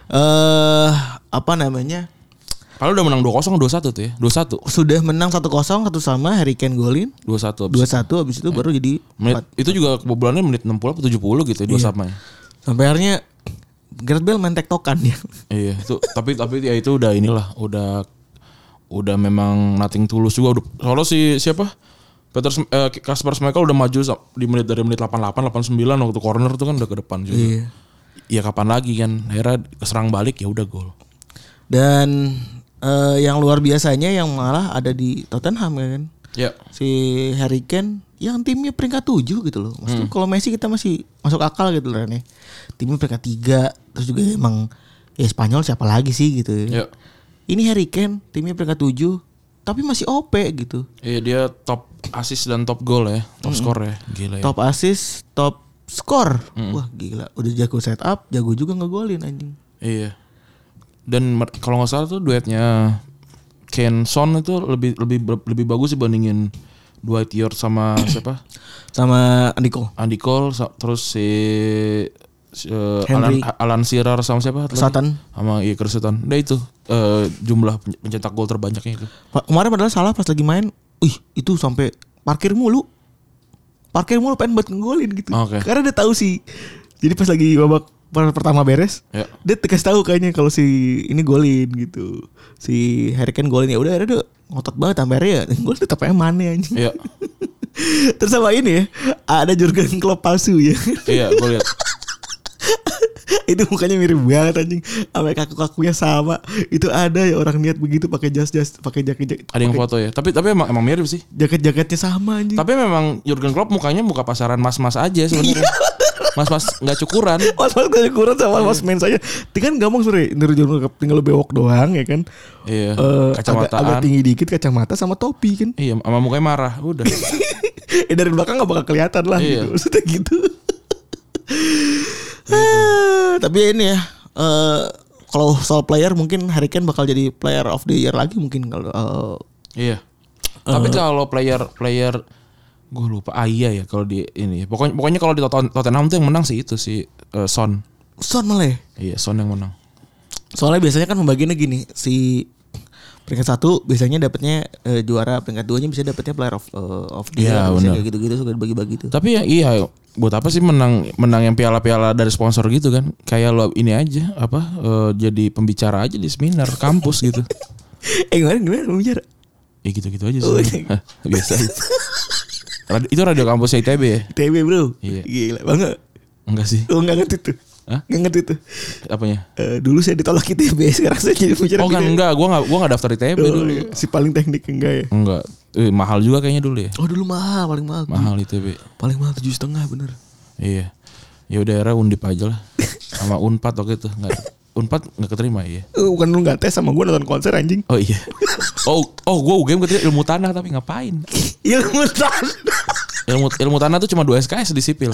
Apa namanya? Padahal udah menang 2-0 2-1 tuh ya. 2-1. Sudah menang 1-0 satu sama, Harry Kane golin. 2-1 habis itu baru jadi menit, itu juga kebobolannya menit 60 atau 70 gitu ya, 2 sama ya. Sampai akhirnya Gareth Bale main tektokan ya. Iya, itu tapi ya itu udah inilah, udah memang nothing tulus juga. Soalnya si siapa? Kasper Schmeichel udah maju dari menit 88 89 waktu corner tuh kan udah ke depan juga. Iya. Ya kapan lagi kan, akhirnya keserang balik ya udah gol. Dan yang luar biasanya yang malah ada di Tottenham kan. Ya. Si Harry Kane yang timnya peringkat 7 gitu loh. Maksudnya kalau Messi kita masih masuk akal gitu loh nih. Timnya peringkat 3, terus juga emang ya Spanyol siapa lagi sih gitu ya. Ini Harry Kane timnya peringkat 7 tapi masih OP gitu. Iya, dia top assist dan top goal ya, top skor ya. Gila ya. Top assist, top skor. Wah, gila. Udah jago setup, jago juga ngegolin anjing. Iya. Dan kalau nggak salah tuh duetnya Kane Son itu lebih bagus dibandingin Dwight York sama siapa? Sama Andy Cole terus si Henry. Alan Shearer sama siapa? Sutton. Sama Iker Sutton. Nah itu jumlah pencetak gol terbanyaknya itu. Kemarin padahal salah pas lagi main. Itu sampai parkir mulu pengen buat ngegolin gitu. Okay. Karena dia tahu sih. Jadi pas lagi babak pertama beres, dia tegas tahu kayaknya kalau si ini golin gitu. Si Harry Kane golin ya udah dia ngotot banget sampai ya gol tetap aman ya anjing. Iya. Terus sama ini ya, ada Jurgen Klopp palsu ya. Iya, gue lihat. Itu mukanya mirip banget anjing, sampai kaku-kakunya sama. Itu ada ya orang niat begitu pakai jas, pakai jaket. Ada yang foto ya. Tapi emang mirip sih. Jaket-jaketnya sama anjing. Tapi memang Jurgen Klopp mukanya muka pasaran mas-mas aja sebenarnya. Mas-mas nggak cukuran. Mas-mas nggak cukuran sama mas main saya. Itu kan gampang sore. Tinggal bewok doang ya kan. Iya. Kacamataan. Agak tinggi dikit, kacamata sama topi kan. Iya. Sama mukanya marah. Udah. Dari belakang nggak bakal kelihatan lah. Iya. Gitu. Maksudnya gitu. Tapi ini ya. Kalau soal player mungkin Harry Kane bakal jadi player of the year lagi mungkin kalau. Iya. Tapi kalau player gue lupa iya ya kalau di ini. Pokoknya kalau di Tottenham tuh yang menang sih itu si Son. Son malah. Iya, Son yang menang. Soalnya biasanya kan pembagiannya gini, si peringkat 1 biasanya dapatnya juara, peringkat 2-nya bisa dapatnya player of the year, kayak gitu-gitu suka dibagi-bagi tuh. Tapi ya iya, buat apa sih menang yang piala-piala dari sponsor gitu kan? Kayak lo ini aja jadi pembicara aja di seminar kampus gitu. Gimana pembicara? Ya gitu-gitu aja sih. Biasa aja. Itu radio kampusnya ITB ya? ITB bro. Iya. Gila banget. Enggak sih. Enggak ngerti tuh. Hah? Enggak ngerti tuh. Apanya? Dulu saya ditolak ITB, sekarang saya jadi pembicara. Oh kan enggak, gua enggak daftar ITB dulu. Iya. Si paling teknik enggak ya? Enggak. Mahal juga kayaknya dulu ya. Oh dulu mahal, paling mahal. Mahal ITB. Paling mahal 7,5 bener. Iya. Ya udah era Undip aja lah. Sama Unpad waktu itu. Unpad enggak keterima ya. Bukan lu enggak tes sama gue nonton konser anjing. Oh iya. Oh gue UGM keterima ilmu tanah tapi ngapain? Ilmu tanah. Ilmu tanah tuh cuma 2 SKS di sipil.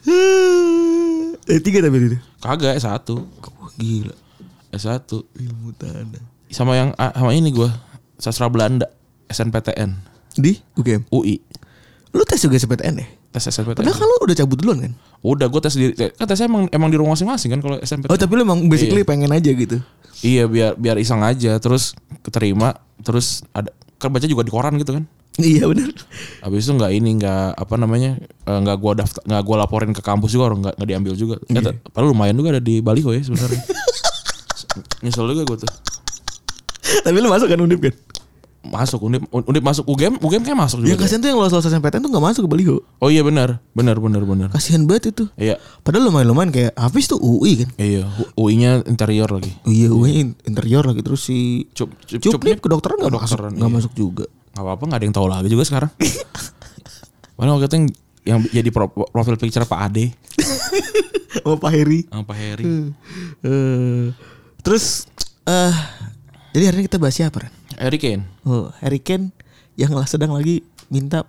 3 tapi itu. Kagak S1. Gila. S1 ilmu tanah. Sama ini gue sastra Belanda SNPTN di UGM. UI. Lu tes juga SNPTN ya? Tes SNPTN. Padahal kan lu udah cabut duluan kan? Udah gue tes kan tesnya emang di rumah masing-masing kan kalau SNPTN. Oh tapi lu emang basically pengen aja gitu. Iya biar iseng aja terus keterima terus ada kan baca juga di koran gitu kan. Iya benar. Habis itu nggak gua laporin ke kampus juga orang nggak diambil juga. Iya. Padahal lumayan juga ada di baliho ya sebenarnya. Nyesel juga gue tuh. Tapi lu masuk kan Undip kan? Masuk Undip masuk UGM kayak masuk juga. Yang kasihan tuh yang lolos SNPTN tuh nggak masuk ke baliho. Oh iya benar. Kasihan banget itu. Iya. Padahal lumayan kayak Hafiz tuh UI kan? Iya. UI-nya interior lagi. Iya UI interior lagi terus si Cupnip kedokteran nggak masuk juga. Gak apa-apa, gak ada yang tahu lagi juga sekarang. Mana waktu itu yang jadi profil picture Pak Ade. Sama Pak Heri. Terus jadi hari ini kita bahas siapa Ren? Harry Kane. Harry Kane yang sedang lagi minta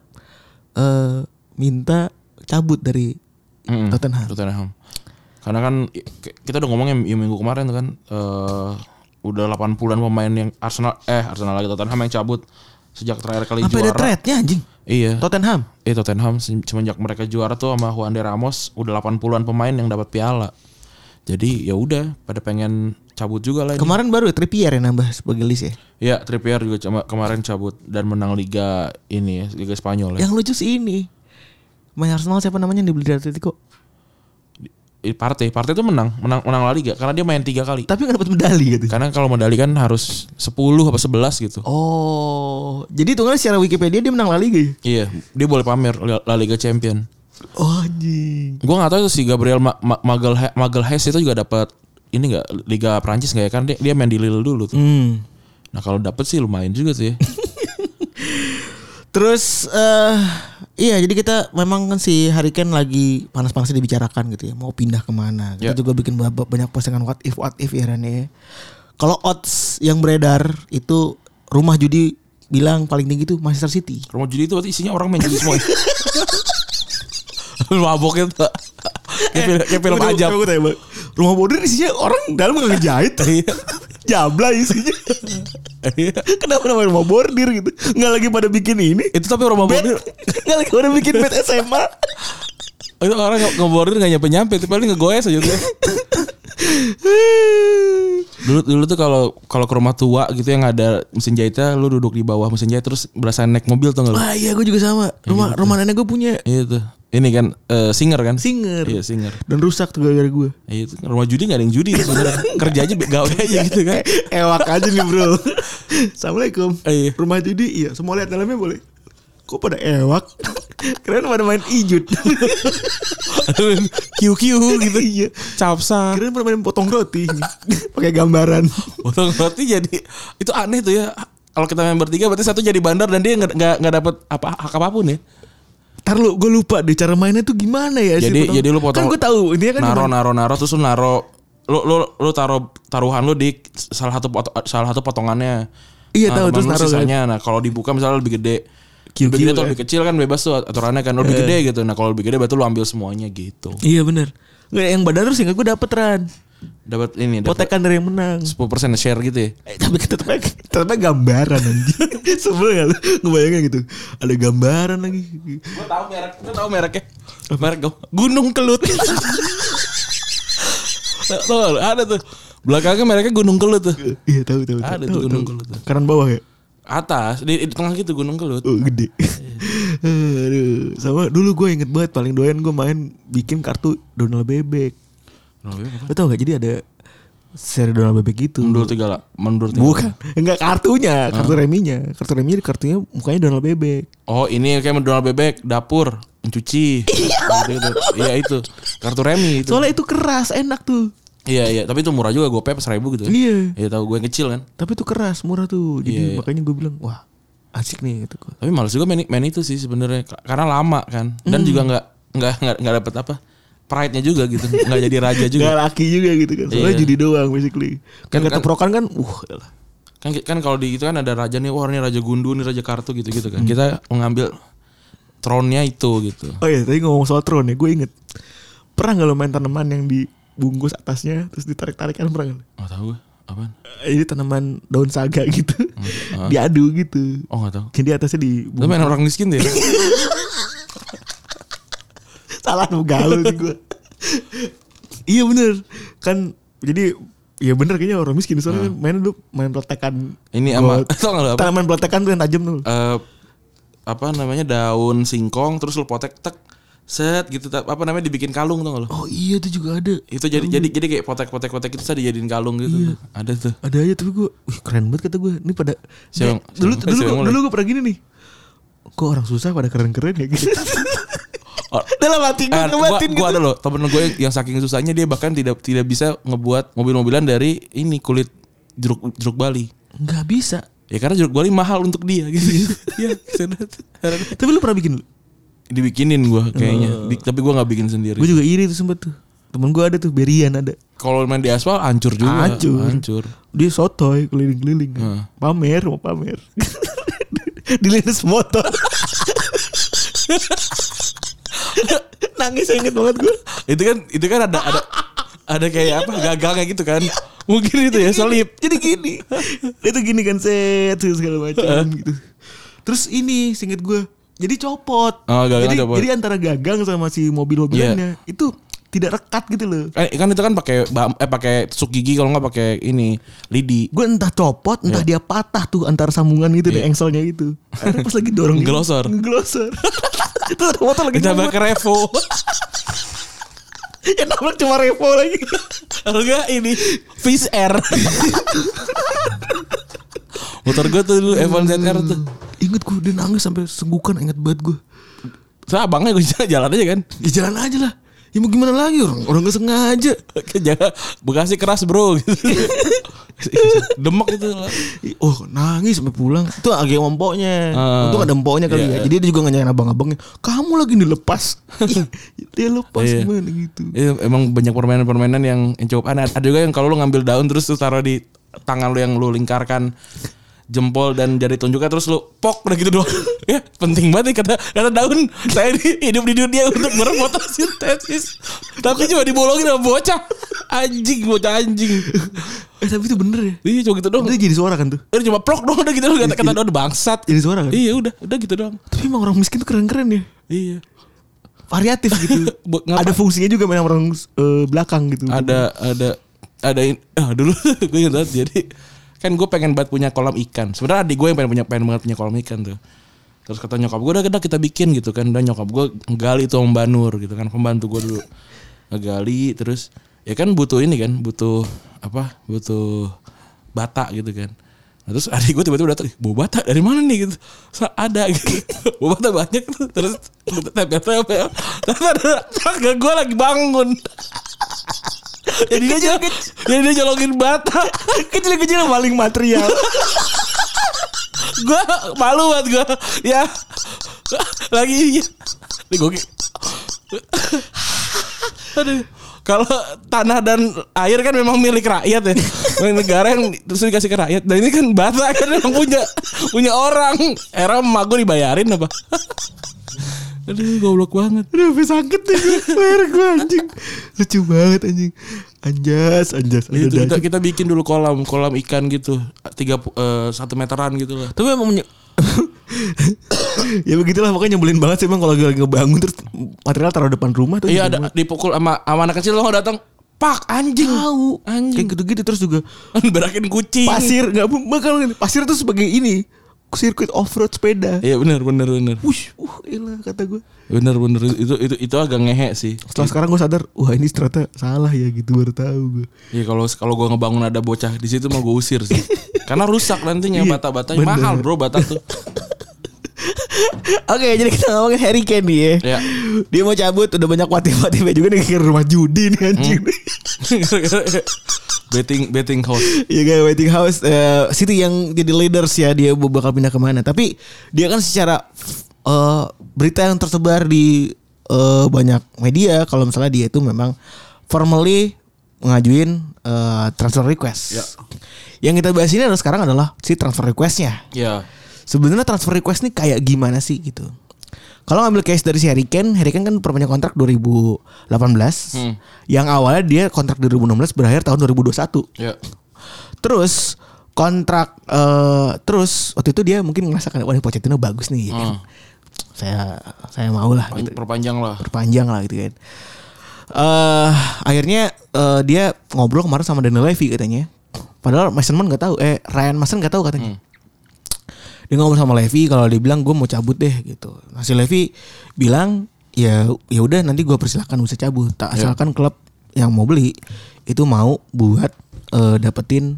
cabut dari Tottenham. Karena kan kita udah ngomong yang minggu kemarin tuh kan udah 80-an pemain yang Arsenal lagi Tottenham yang cabut sejak terakhir kali Sampai juara. ada trade-nya anjing. Iya. Tottenham Semenjak mereka juara tuh sama Juan de Ramos udah 80-an pemain yang dapat piala. Jadi ya udah pada pengen cabut juga lah ini. Kemarin baru Trippier yang nambah sebagai list ya. Ya, Trippier juga kemarin cabut dan menang Liga ini ya, Liga Spanyol ya. Yang lucu sih ini. Main Arsenal siapa namanya yang dibeli dari Atletico? Partey itu menang La Liga karena dia main 3 kali. Tapi gak dapat medali gitu. Karena kalau medali kan harus 10 apa 11 gitu. Oh, jadi itu kan secara Wikipedia dia menang La Liga ya? Iya, dia boleh pamer La Liga Champion. Oh anjing. Gua enggak tahu si Gabriel Magalhaes itu juga dapat ini enggak Liga Prancis enggak ya kan dia main di Lille dulu tuh. Nah, kalau dapat sih lumayan juga sih ya. Terus iya jadi kita memang kan si Harry Kane lagi panas-panasnya dibicarakan gitu ya. Mau pindah kemana. Kita juga bikin banyak postingan what if ya Ran ya. Kalau odds yang beredar itu rumah judi bilang paling tinggi tuh Manchester City. Rumah judi itu berarti isinya orang main judi semua. Maboknya tuh. Kayak film ajab. Rumah bordir isinya orang dalam gak ngejahit. Jabla isinya. Kenapa namanya rumah bordir gitu? Nggak lagi pada bikin ini. Itu tapi rumah bordir. Nggak lagi pada bikin bed SMA. Itu orang ngebordir nggak nyampe tapi paling ngegoes aja tuh. Dulu tuh kalau ke rumah tua gitu yang ada mesin jahitnya, lu duduk di bawah mesin jahit terus berasa naik mobil tuh nggak lu? Ah iya, gue juga sama. Rumah nenek gue punya. Iya tuh. Ini kan Singer kan? Singer. Iya Singer. Dan rusak tuh gara-gara gue. Iya itu rumah judi nggak ada yang judi sebenarnya. Kerja aja gawe aja gitu kan. Ewak aja nih bro. Assalamualaikum. Iya. Rumah judi iya. Semua lihat dalamnya boleh. Kok pada ewak? Keren pada main ijut. QQ gitu. Iya. Capsa. Keren pada main potong roti. Pakai gambaran. Potong roti jadi itu aneh tuh ya. Kalau kita main bertiga berarti satu jadi bandar dan dia nggak dapat hak apapun ya. Ntar lu, gue lupa deh cara mainnya tuh gimana ya. Jadi lu potong. Kan gue tahu ini kan naro terus lu naro lu taruhan lu di salah satu potongannya. Iya tahu terus naro sisanya. Nah kalau dibuka misalnya lebih gede, lebih gede atau lebih kecil kan bebas tuh aturannya kan. Lebih gede gitu. Nah kalau lebih gede berarti lu ambil semuanya gitu. Iya benar. Nggak yang badan terus gue dapet Ran. Dapat ini. Potekan dari yang menang. 10% share gitu ya. Tapi tetapnya gambaran anjing. Sebel gak lu ngebayangin gitu. Ada gambaran lagi. Gue tahu mereknya. Merek Gunung Kelut. Tuh ada tuh. Belakangnya mereknya Gunung Kelut tuh. Iya tahu. Ada tuh Gunung Kelut tuh. Kanan bawah ya? Atas di tengah gitu Gunung Kelut. Oh gede. Aduh, sama dulu gue inget banget paling doyan gue main bikin kartu Donald Bebek. Lo tau gak jadi ada seri Donald Bebek gitu. Mundur tiga. Bukan. Enggak kartunya, kartu reminya. Kartunya mukanya Donald Bebek. Oh, ini kayak Donald Bebek dapur mencuci. Gitu. Iya itu. Kartu remi itu. Soalnya itu keras, enak tuh. Iya, tapi itu murah juga, GoPay 1.000 gitu. Iya. Iya tahu gue yang kecil kan. Tapi itu keras, murah tuh. Jadi makanya gue bilang, wah, asik nih gitu. Tapi males juga main itu sih sebenarnya karena lama kan. Dan juga enggak dapet apa? Pride-nya juga gitu. Enggak jadi raja juga. Enggak laki juga gitu kan. Soalnya judi doang basically. Kan keteprokan kan kan kalau di itu kan ada raja nih, wah ini raja gundu, nih raja kartu gitu kan. Kita mengambil throne-nya itu gitu. Oh iya, tadi ngomong soal throne ya, gue inget. Pernah enggak lo main tanaman yang dibungkus atasnya terus ditarik-tarikan, pernah enggak? Oh, tahu gue. Apaan? Ini tanaman daun saga gitu. Diadu gitu. Oh, enggak tahu. Jadi atasnya Lu main orang miskin deh. Salah galau sih gue. Iya bener. Kan jadi ya bener kayaknya orang miskin soalnya main peletekan. Ini sama tanaman peletekan tuh yang tajam tuh. Apa namanya daun singkong terus lu potek tek set gitu apa namanya dibikin kalung tuh lo. Oh iya itu juga ada. Itu jadi kayak potek itu tadi dijadiin kalung gitu. Iya. Ada tuh. Ada aja tapi gue keren banget kata gue. Ini pada dulu gue pernah gini nih. Kok orang susah pada keren-keren ya gitu. Dalam hati gue ngebatin gitu. Gue ada loh temen gue yang saking susahnya dia bahkan tidak bisa ngebuat mobil-mobilan dari ini kulit jeruk Bali. Nggak bisa. Ya karena jeruk Bali mahal untuk dia gitu. Iya. Tapi lu pernah bikin? Dibikinin gue kayaknya. Tapi gue gak bikin sendiri. Gue juga iri tuh sempet tuh. Temen gue ada tuh Berian ada. Kalau main di aspal hancur juga. Hancur. Dia sotoy keliling-keliling. Pamer. Dilindas motor. Nangis inget banget gue. Itu kan ada kayak apa gagangnya gitu kan. Mungkin itu ya selip. Jadi gini. Dia tuh gini kan set segala macam gitu. Terus ini seinget gue. Jadi copot. Jadi antara gagang sama si mobil-mobilannya itu tidak rekat gitu loh. Kan itu kan pakai tusuk gigi kalau nggak pakai ini lidi. Gue entah copot, entah dia patah tuh antara sambungan gitu deh engselnya itu. Akhirnya pas lagi dorong ngelosor. Itu ada motor lagi ditambah ke Revo. Ya nabrak cuma Revo lagi. Kalau enggak ini Fish Air. Motor gue tuh dulu F1 ZR tuh. Ingat gue dia nangis sampai senggukan, ingat banget gue. Saya abangnya gue jalan aja kan. Ya jalan aja lah. Ya mau gimana lagi orang gak sengaja. Bekasi keras bro gitu. Demek itu. Oh nangis sampai pulang. Itu agak empoknya. Untung ada empoknya kali ya. Jadi dia juga nganyain abang-abangnya. Kamu lagi dilepas. Dia lepas gimana gitu. Emang banyak permainan-permainan yang cukup aneh. Ada juga yang kalau lu ngambil daun terus lu taruh di tangan lu yang lu lingkarkan jempol dan jari tunjuknya terus lu pok udah gitu doang. Ya penting banget nih kata daun. Saya hidup di dunia untuk berfotosintesis. Tapi cuma dibolongin sama bocah anjing. Tapi itu bener ya. Iya cuma gitu doang. Dia jadi suara kan tuh. Dia cuma plok doang udah gitu doang. Kata daun bangsat. Jadi suara kan. Iya udah gitu doang. Tapi emang orang miskin tuh keren-keren ya. Iya. Variatif gitu. Ada fungsinya juga memang orang belakang gitu. Ada dulu gue ingat jadi kan gue pengen banget punya kolam ikan. Sebenarnya adik gue yang pengen banget punya kolam ikan tuh. Terus kata nyokap gue udah kita bikin gitu kan. Dan nyokap gue ngegali itu Om Banur gitu kan. Pembantu gue dulu ngegali terus ya kan butuh ini kan. Butuh bata gitu kan. Nah, terus adik gue tiba-tiba datang, bau bata dari mana nih gitu. Ada gitu. Bau bata banyak tuh. Terus tempel. Ternyata gue lagi bangun. Jadi dia jolongin bata. Kecil-kecil maling material. Gue malu banget gue. Ya lagi ini gue aduh. Kalau tanah dan air kan memang milik rakyat ya. Milik negara yang terus dikasih ke rakyat. Dan ini kan bata kan memang punya orang. Era emak gue dibayarin apa. Aduh goblok banget. Aduh sampai sakit nih gue anjing. Lucu banget anjing. Anjas. Itu kita bikin dulu kolam ikan gitu. 1 meteran gitu lah. Tapi emang ya begitulah pokoknya nyebelin banget sih emang kalau lagi ngebangun terus material taruh depan rumah tuh. Iya ada dipukul sama anak kecil lo datang. Pak anjing. Tahu. Anjing. Kayak gitu-gitu terus juga berakin kucing. Pasir enggak bakal pasir tuh sebagai ini sirkuit off-road sepeda. Iya benar. Wush, elah kata gue. Benar itu agak ngehe sih. Sekarang gue sadar, wah ini ternyata salah ya gitu baru tahu gue. Iya kalau gue ngebangun ada bocah di situ mau gue usir sih. Karena rusak nantinya bata-batanya mahal bro bata tuh. Oke, jadi kita ngomongin Harry Kane nih ya. Dia mau cabut udah banyak watif-watifnya juga nih ke rumah judi nih anjing. Betting house. Iya kayak betting house City yang jadi leaders ya. Dia bakal pindah kemana. Tapi dia kan secara berita yang tersebar di banyak media kalau misalnya dia itu memang formally ngajuin transfer request. Yang kita bahas ini sekarang adalah si transfer requestnya. Sebenarnya transfer request nih kayak gimana sih gitu. Kalau ngambil case dari si Harry Kane kan perpanjang kontrak 2018. Yang awalnya dia kontrak 2016 berakhir tahun 2021. Terus kontrak terus waktu itu dia mungkin ngerasakan wah Pochettino bagus nih kan. Saya mau lah gitu. Perpanjang lah gitu kan. Akhirnya dia ngobrol kemarin sama Daniel Levy katanya. Padahal Mason Mount enggak tahu, Ryan Mason enggak tahu katanya. Dia ngomong sama Levy kalau dia bilang gue mau cabut deh gitu. Nah si Levy bilang ya udah nanti gue persilakan bisa cabut. Tak asalkan klub yang mau beli itu mau buat dapetin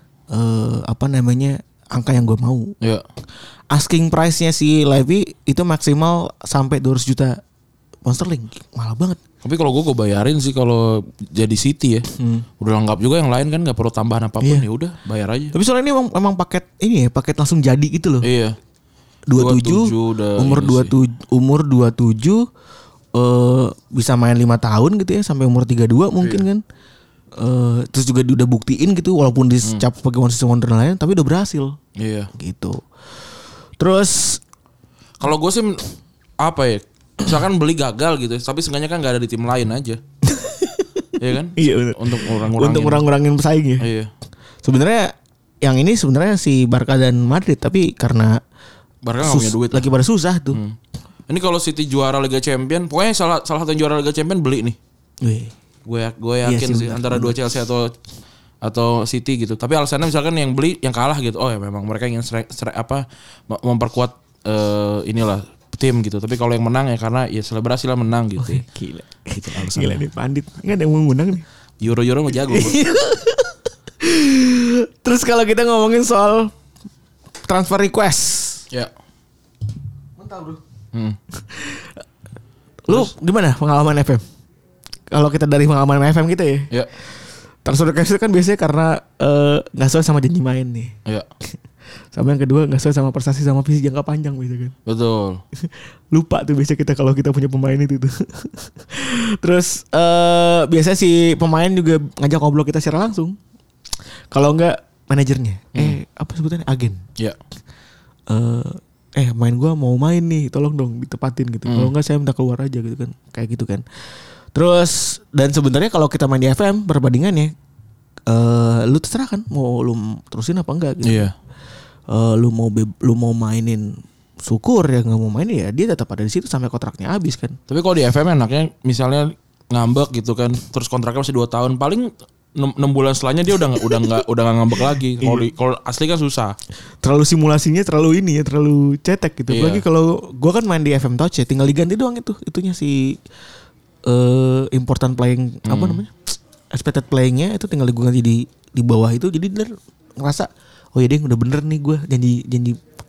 angka yang gue mau. Asking price-nya si Levy itu maksimal sampai 200 juta pound sterling. Mahal banget. Tapi kalau gue bayarin sih kalau jadi City ya. Udah lengkap juga yang lain kan gak perlu tambahan apapun. Ya udah bayar aja. Tapi soalnya ini emang paket ini ya, paket langsung jadi gitu loh. Iya. 27 umur 27 bisa main 5 tahun gitu ya sampai umur 32 mungkin kan. Terus juga udah buktiin gitu walaupun dicap sebagai one season wonder lain tapi udah berhasil. Iya. Gitu. Terus kalau gue sih misalkan beli gagal gitu, tapi seenggaknya kan gak ada di tim lain aja. Iya kan? Iya benar. Untuk ngurangin pesaing ya. Iya. Sebenarnya yang ini sebenarnya si Barca dan Madrid, tapi karena Barca nggak punya duit. Lagi pada susah tuh. Ini kalau City juara Liga Champion, pokoknya salah satu yang juara Liga Champion beli nih. Gue yakin sih antara dua Chelsea atau City gitu. Tapi alasannya misalkan yang beli yang kalah gitu. Oh ya memang mereka ingin memperkuat inilah tim gitu. Tapi kalau yang menang ya karena ya selebrasi lah menang gitu. Gila. Gitu alasannya. Gila nih pandit. Enggak ada yang mau menang nih. Euro mau jago. Terus kalau kita ngomongin soal transfer request. Ya. Mantap, Bro. Lu gimana pengalaman FM? Kalau kita dari pengalaman FM kita ya. Ya. Transfer request itu kan biasanya karena nggak sesuai sama janji main nih. Ya. Sama yang kedua nggak sesuai sama prestasi sama visi jangka panjang gitu kan. Betul. Lupa tuh biasanya kita kalau kita punya pemain itu tuh. Terus biasanya si pemain juga ngajak ngobrol kita secara langsung. Kalau enggak manajernya, apa sebutannya agen. Ya. Main gue mau main nih, tolong dong ditepatin gitu. Kalau enggak saya minta keluar aja gitu kan, kayak gitu kan. Terus dan sebenarnya kalau kita main di FM perbandingannya, lu terserah kan mau lu terusin apa enggak gitu. Iya. Lu mau mainin syukur ya, nggak mau mainin ya dia tetap ada di situ sampai kontraknya habis kan. Tapi kalau di FM enaknya misalnya ngambek gitu kan, terus kontraknya masih 2 tahun, paling 6 bulan setelahnya dia udah nggak ngambek lagi. Kalau asli kan susah. Terlalu simulasinya terlalu ini ya, terlalu cetek gitu. Apalagi kalau gua kan main di FM Touch ya, tinggal diganti doang itunya si important playing apa namanya? Expected playingnya itu tinggal gue ganti di bawah itu, jadi dia ngerasa oh ya deh udah bener nih gue janji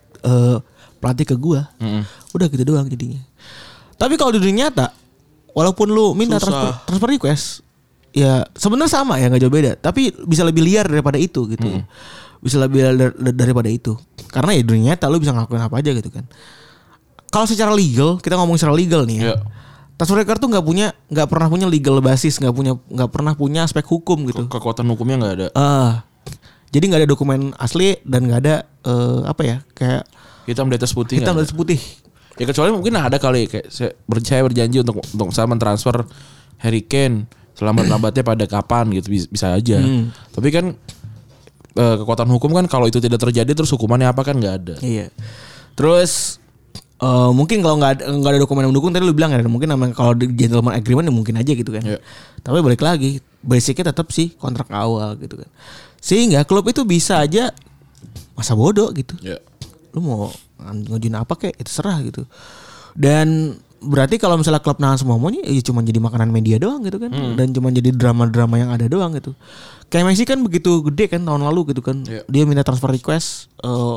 pelatih ke gue. Udah gitu doang jadinya. Tapi kalau di dunia nyata, walaupun lu minta transfer request, ya sebenarnya sama ya, nggak jauh beda, tapi bisa lebih liar daripada itu gitu. Bisa lebih liar daripada itu, karena ya dunia nyata lu bisa ngelakuin apa aja gitu kan. Kalau secara legal, kita ngomong secara legal nih ya. Transfer request tuh nggak pernah punya legal basis, nggak pernah punya aspek hukum gitu. Kekuatan hukumnya nggak ada. Jadi nggak ada dokumen asli dan nggak ada kayak hitam di atas putih. Hitam di atas putih. Ya kecuali mungkin ada kali kayak saya berjanji untuk saya mentransfer Harry Kane selamat-lambatnya pada kapan gitu, bisa aja. Tapi kan kekuatan hukum kan kalau itu tidak terjadi terus hukumannya apa kan nggak ada. Iya. Terus mungkin kalau nggak ada dokumen yang mendukung, tadi lu bilang ya mungkin kalau di gentleman agreement ya mungkin aja gitu kan. Tapi balik lagi basicnya tetap sih kontrak awal gitu kan. Sehingga klub itu bisa aja masa bodoh gitu. Lu mau ngajuin apa kek itu serah gitu. Dan berarti kalau misalnya klub nahan semua maunya ya cuma jadi makanan media doang gitu kan. Dan cuma jadi drama-drama yang ada doang gitu. Kayak Messi kan begitu gede kan tahun lalu gitu kan. Dia minta transfer request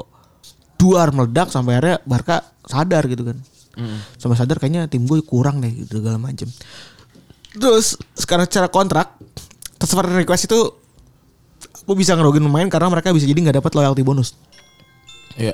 duar meledak sampai akhirnya Barca sadar gitu kan. Sampai sadar kayaknya tim gue kurang deh gitu segala macem. Terus sekarang secara kontrak transfer request itu aku bisa ngerogin pemain karena mereka bisa jadi nggak dapat loyalty bonus. Iya.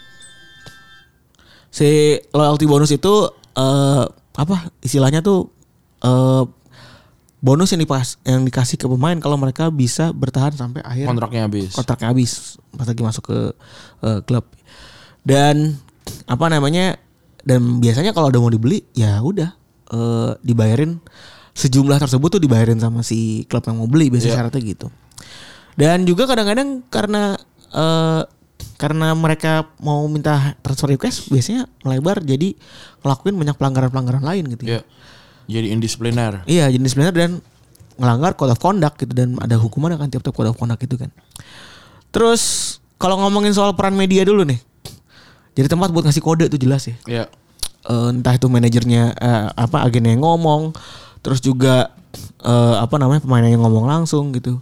Si loyalty bonus itu apa istilahnya tuh bonus yang dikasih ke pemain kalau mereka bisa bertahan sampai akhir kontraknya habis pas lagi masuk ke klub. Dan apa namanya, dan biasanya kalau udah mau dibeli ya udah dibayarin sejumlah tersebut tuh dibayarin sama si klub yang mau beli biasanya syaratnya gitu. Dan juga kadang-kadang karena mereka mau minta transfer request biasanya melebar jadi ngelakuin banyak pelanggaran-pelanggaran lain gitu. Jadi indisipliner. Iya, jadi indisipliner dan melanggar code of conduct gitu, dan ada hukuman akan tiap-tiap code of conduct itu kan. Terus kalau ngomongin soal peran media dulu nih. Jadi tempat buat ngasih kode itu jelas ya. Entah itu manajernya agennya yang ngomong, terus juga pemainnya yang ngomong langsung gitu.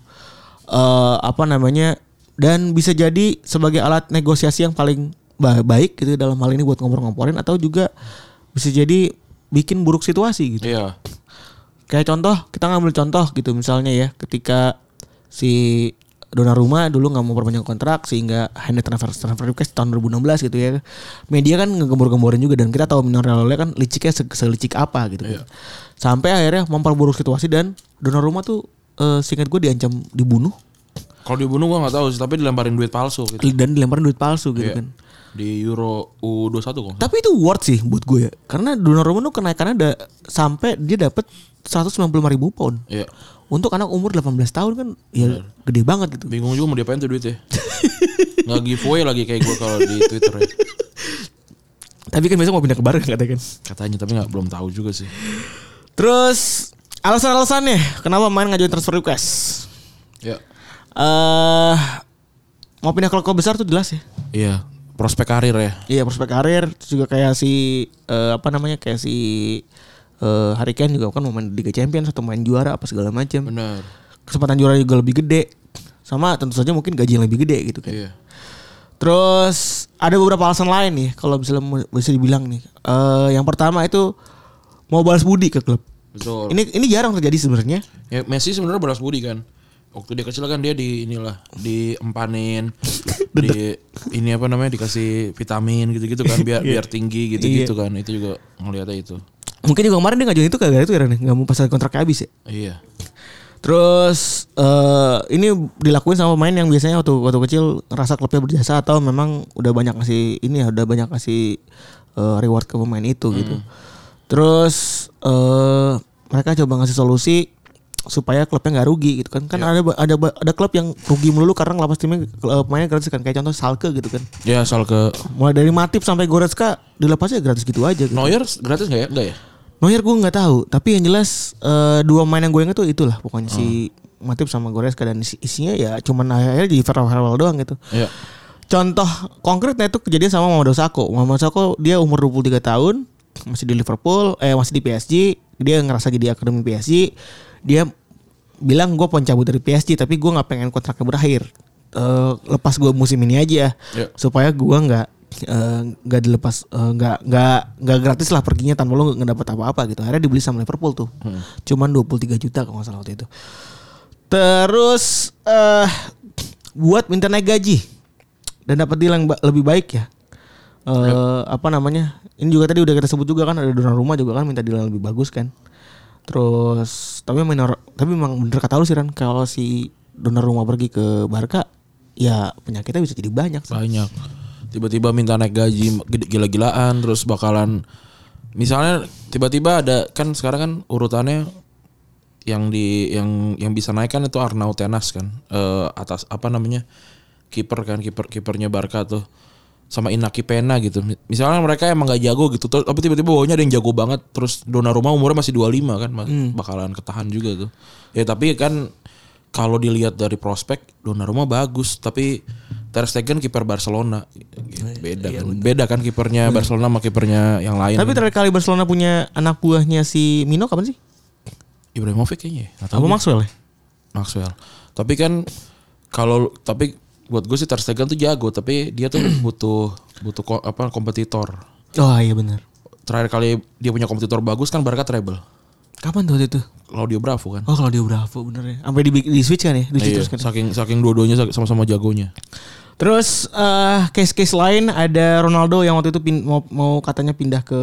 Dan bisa jadi sebagai alat negosiasi yang paling baik gitu dalam hal ini buat ngompor-ngomporin, atau juga bisa jadi bikin buruk situasi gitu. Kayak contoh, kita ngambil contoh gitu misalnya ya, ketika si Donnarumma dulu nggak mau perpanjang kontrak sehingga hanya transfer request tahun 2016 gitu ya. Media kan ngegembor-gemborin juga, dan kita tahu Mineral kan liciknya selicik apa gitu. Sampai akhirnya memperburuk situasi, dan Donnarumma tuh seingat gue diancam dibunuh. Kalau dibunuh gue nggak tahu sih, tapi dilemparin duit palsu gitu. Dan dilemparin duit palsu gitu kan. Di Euro U21 kok. Tapi itu worth sih buat gue ya. Karena Donnarumma tuh kenaikannya ada sampai dia dapat 195.000 pound. Iya. Untuk anak umur 18 tahun kan ya gede banget gitu. Bingung juga mau diapain tuh duitnya. Nggak giveaway lagi kayak gue kalau di Twitter ya. Tapi kan biasanya mau pindah ke Barca katanya kan. Katanya tapi belum tahu juga sih. Terus alasan-alasannya kenapa main ngajuin transfer request? Ya. Mau pindah ke klub besar tuh jelas ya. Iya, prospek karir ya. Iya, prospek karir. Terus juga kayak kayak si Harry Kane juga kan mau main Liga Champions atau main juara apa segala macam. Benar. Kesempatan juara juga lebih gede. Sama tentu saja mungkin gaji yang lebih gede gitu kan. Iya. Terus ada beberapa alasan lain nih kalau bisa dibilang nih. Yang pertama itu mau balas budi ke klub. Betul. Ini jarang terjadi sebenarnya. Ya Messi sebenarnya balas budi kan. Waktu dia kecil kan dia diempanin, dikasih vitamin gitu-gitu kan biar tinggi gitu-gitu kan. Itu juga ngeliatnya itu. Mungkin juga kemarin dia ngajuin itu gara-gara itu ya Ren, nggak mau pasang kontraknya habis ya. Iya. Terus ini dilakuin sama pemain yang biasanya waktu kecil ngerasa klubnya berjasa atau memang udah banyak ngasih reward ke pemain itu gitu. Terus mereka coba ngasih solusi supaya klubnya nggak rugi gitu kan. Ada klub yang rugi melulu karena ngelapas timnya pemainnya gratis kan, kayak contoh Schalke gitu kan. Ya Schalke. Mulai dari Matip sampai Goretzka dilepasnya gratis gitu aja gitu. Neuer gratis nggak ya? Enggak ya? Neuer gue nggak tahu, tapi yang jelas dua main yang gue ingat tuh itulah pokoknya si Matip sama Goretzka, dan isinya ya cuman akhirnya jadi farewell doang gitu. Iya. Contoh konkretnya itu kejadian sama Mamadou Sakho. Mamadou Sakho dia umur 23 tahun, masih di Liverpool, masih di PSG, dia ngerasa jadi akademi PSG. Dia bilang gue pengen cabut dari PSG tapi gue nggak pengen kontraknya berakhir. Lepas gue musim ini aja supaya gue nggak dilepas, nggak gratis lah perginya tanpa lo nggak dapat apa-apa gitu. Akhirnya dibeli sama Liverpool tuh, cuman 23 juta kalau nggak salah waktu itu. Terus buat minta naik gaji dan dapat deal yang lebih baik ya. Ini juga tadi udah kita sebut juga kan, ada Donnarumma juga kan minta deal yang lebih bagus kan. Terus tapi memang bener kata lu sih Ran, kalau si Donnarumma pergi ke Barca ya penyakitnya bisa jadi banyak sih. Banyak. Tiba-tiba minta naik gaji gila-gilaan, terus bakalan misalnya tiba-tiba ada kan sekarang kan urutannya yang bisa naik kan itu Arnaud Tenas kan, atas kiper kan, kipernya Barca tuh, sama Inaki Pena gitu. Misalnya mereka emang gak jago gitu, tapi tiba-tiba bawahnya ada yang jago banget. Terus Donnarumma umurnya masih 25 kan, bakalan ketahan juga tuh. Ya tapi kan kalau dilihat dari prospek Donnarumma bagus, tapi Ter Stegen kiper Barcelona beda kan kipernya Barcelona sama kipernya yang lain. Tapi terakhir kali Barcelona punya anak buahnya si Mino kapan sih? Ibrahimovic kayaknya. Apa Maxwell ya? Maxwell. Tapi kan buat gue sih Ter Stegen tuh jago, tapi dia tuh butuh kompetitor. Oh iya benar. Terakhir kali dia punya kompetitor bagus kan Barca treble. Kapan tuh itu? Claudio Bravo kan. Oh Claudio Bravo bener ya. Sampai di switch kan ya? Iya, saking dua-duanya sama-sama jagonya. Terus case-case lain ada Ronaldo yang waktu itu mau katanya pindah ke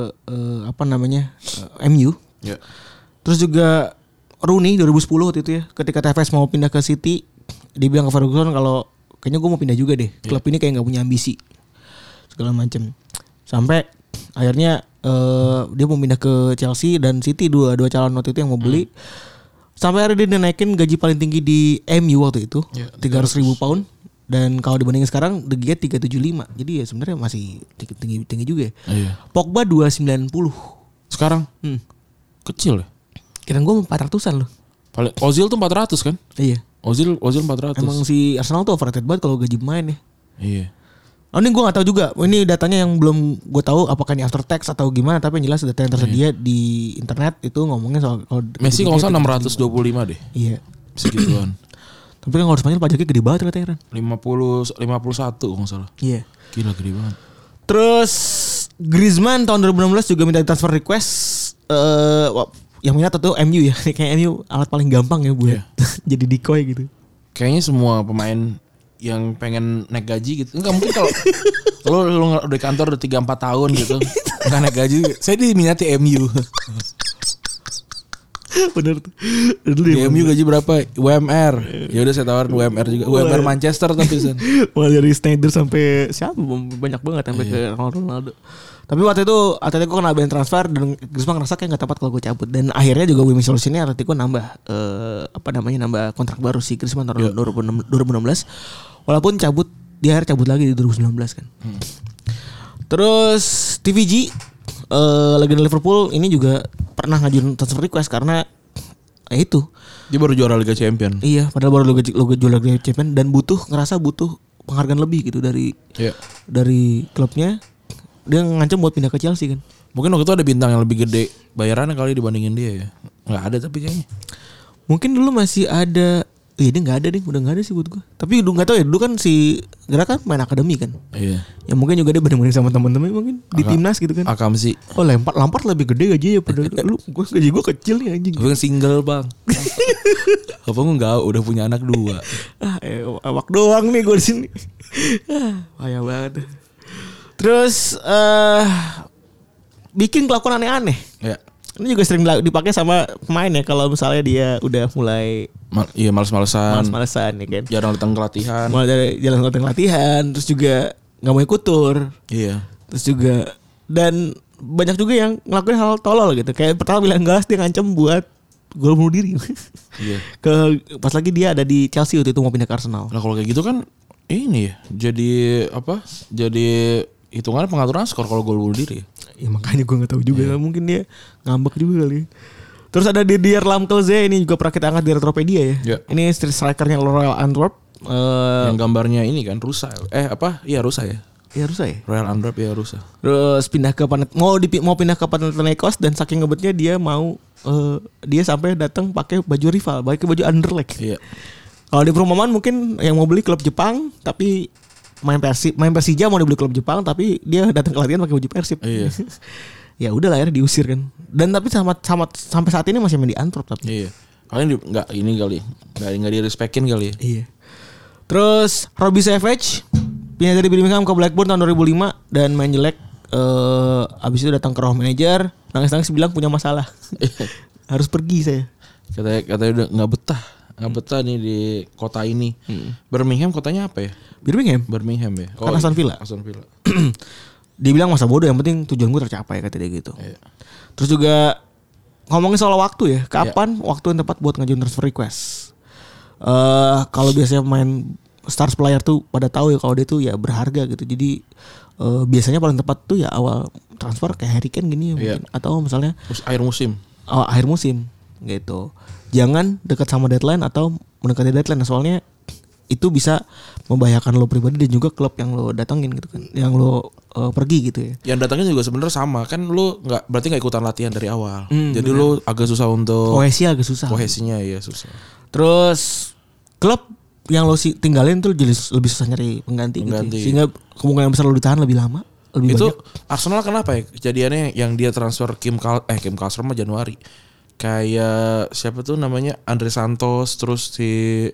MU. Yeah. Terus juga Rooney 2010 waktu itu ya, ketika Tevez mau pindah ke City, dia bilang ke Ferguson kalau kayaknya gue mau pindah juga deh. Klub ini kayak nggak punya ambisi segala macam. Sampai akhirnya dia mau pindah ke Chelsea dan City, dua calon waktu itu yang mau beli. Sampai akhirnya dia naikin gaji paling tinggi di MU waktu itu, 300.000 pound. Dan kalau dibandingin sekarang gajinya 375. Jadi ya sebenarnya masih tinggi juga ya. Iya. Pogba 290. Sekarang kecil ya. Kira gue 400-an loh. Paling Ozil tuh 400 kan? Iya. Ozil 400. Emang si Arsenal tuh overrated banget kalau gaji pemain ya. Iya. Oh, ini gue gak tahu juga. Ini datanya yang belum gue tahu apakah ini after tax atau gimana, tapi yang jelas data yang tersedia di internet itu ngomongnya soal Messi kalau salah 625 deh. Iya. Segituan. Tapi kan kalau Spanyol pajaknya gede banget katanya Ran. 51 kalau nggak salah. Iya. Gila gede banget. Terus Griezmann tahun 2016 juga minta transfer request. Yang minat tuh MU ya. Kayak MU alat paling gampang ya buat jadi decoy gitu. Kayaknya semua pemain yang pengen naik gaji gitu. Enggak mungkin kalau lu udah kantor udah 3-4 tahun gitu. Enggak naik gaji. Saya diminati MU. Bener tuh. Di MU gaji berapa? UMR. Ya udah saya tawarin UMR juga. UMR Manchester tapi San. Mulai dari Snyder sampai siapa banyak banget sampai ke Ronaldo. Tapi waktu itu Atletico kena ban transfer dan Griezmann ngerasa kayak gak tepat kalau gue cabut. Dan akhirnya juga win solusinya Atletico nambah nambah kontrak baru si Griezmann tahun 2016. Walaupun dia akhirnya cabut lagi di 2019 kan. Terus TVG legenda Liverpool ini juga pernah ngajuin transfer request karena itu dia baru juara Liga Champion. Iya, padahal baru juara Liga Champion dan ngerasa butuh penghargaan lebih gitu dari klubnya. Dia ngancam buat pindah ke Chelsea kan. Mungkin waktu itu ada bintang yang lebih gede bayarannya kali dibandingin dia ya. Nggak ada tapi kayaknya. Mungkin dulu masih ada. Dia nggak ada deh, udah nggak ada sih buat gue. Tapi dulu nggak tahu ya, dulu kan si Gerak kan main akademi kan. Iya. Ya mungkin juga dia banding-banding sama teman-teman mungkin di timnas gitu kan. Akam sih. Oh Lampard lebih gede gajinya pada lu. Gaji gue kecil nih anjing. Gue single bang. Apa gue nggak udah punya anak 2. Awak doang nih gue di sini. Payah banget. Terus bikin kelakuan aneh-aneh. Ya. Ini juga sering dipakai sama pemain ya kalau misalnya dia udah mulai males-malesan ya kan. Jarang datang ke latihan. Mulai dari jalan datang latihan, terus juga nggak mau ikut tur. Iya. Terus juga dan banyak juga yang ngelakuin hal tolol gitu. Kayak pertama bilang gas dia ngancem buat gol bunuh diri. Iya. Pas lagi dia ada di Chelsea waktu itu mau pindah ke Arsenal. Nah kalau kayak gitu kan ini ya jadi hitungannya pengaturan skor kalau gol bunuh diri. Ya makanya gue gak tahu juga. Mungkin dia ngambek juga kali. Terus ada Didier Lamkelze. Ini juga pernah kita angkat di Retropedia ya. Ini strikernya Royal Antwerp. Yang gambarnya ini kan rusa. Rusa ya. Iya rusa ya. Royal Antwerp ya rusa. Terus pindah ke mau pindah ke Panathinaikos. Dan saking ngebetnya dia mau dia sampai datang pakai baju rival, pakai baju Anderlecht. Iya. Kalau di perumahan mungkin yang mau beli klub Jepang tapi main Persija mau dibeli klub Jepang tapi dia datang ke latihan pakai baju Persib. Iya. Ya udah lah akhirnya diusir kan. Dan tapi sampai saat ini masih main di Antwerp tapi. Iya. Kalian enggak ini kali. Enggak di-respectin kali ya. Iya. Terus Robbie Savage pindah dari Birmingham ke Blackburn tahun 2005 dan main jelek. Abis itu datang ke Raw Manager, nangis-nangis bilang punya masalah. Harus pergi saya. Katanya udah enggak betah nih di kota ini. Birmingham kotanya apa ya? Birmingham ya. Kan Aston Villa. Dia bilang masa bodoh, yang penting tujuan gue tercapai kata dia gitu. Iya. Terus juga ngomongin soal waktu ya, kapan waktu yang tepat buat ngajuin transfer request? Kalau biasanya main stars player tuh pada tahu ya kalau dia tuh ya berharga gitu. Jadi biasanya paling tepat tuh ya awal transfer kayak Harry Kane gini ya mungkin. Atau misalnya akhir musim gitu. Jangan dekat sama deadline atau mendekati deadline soalnya itu bisa membahayakan lo pribadi dan juga klub yang lo datengin gitu kan, yang lo pergi gitu ya. Yang datangin juga sebenarnya sama kan, lo berarti nggak ikutan latihan dari awal. Jadi bener. Lo agak susah untuk kohesinya ya susah. Terus klub yang lo tinggalin tuh jadi lebih susah nyari pengganti. Gitu. Sehingga kemungkinan besar lo ditahan lebih lama. Itu banyak. Arsenal kenapa ya kejadiannya yang dia transfer Kim Kallstrom mah Januari. Kayak siapa tuh namanya Andre Santos, terus si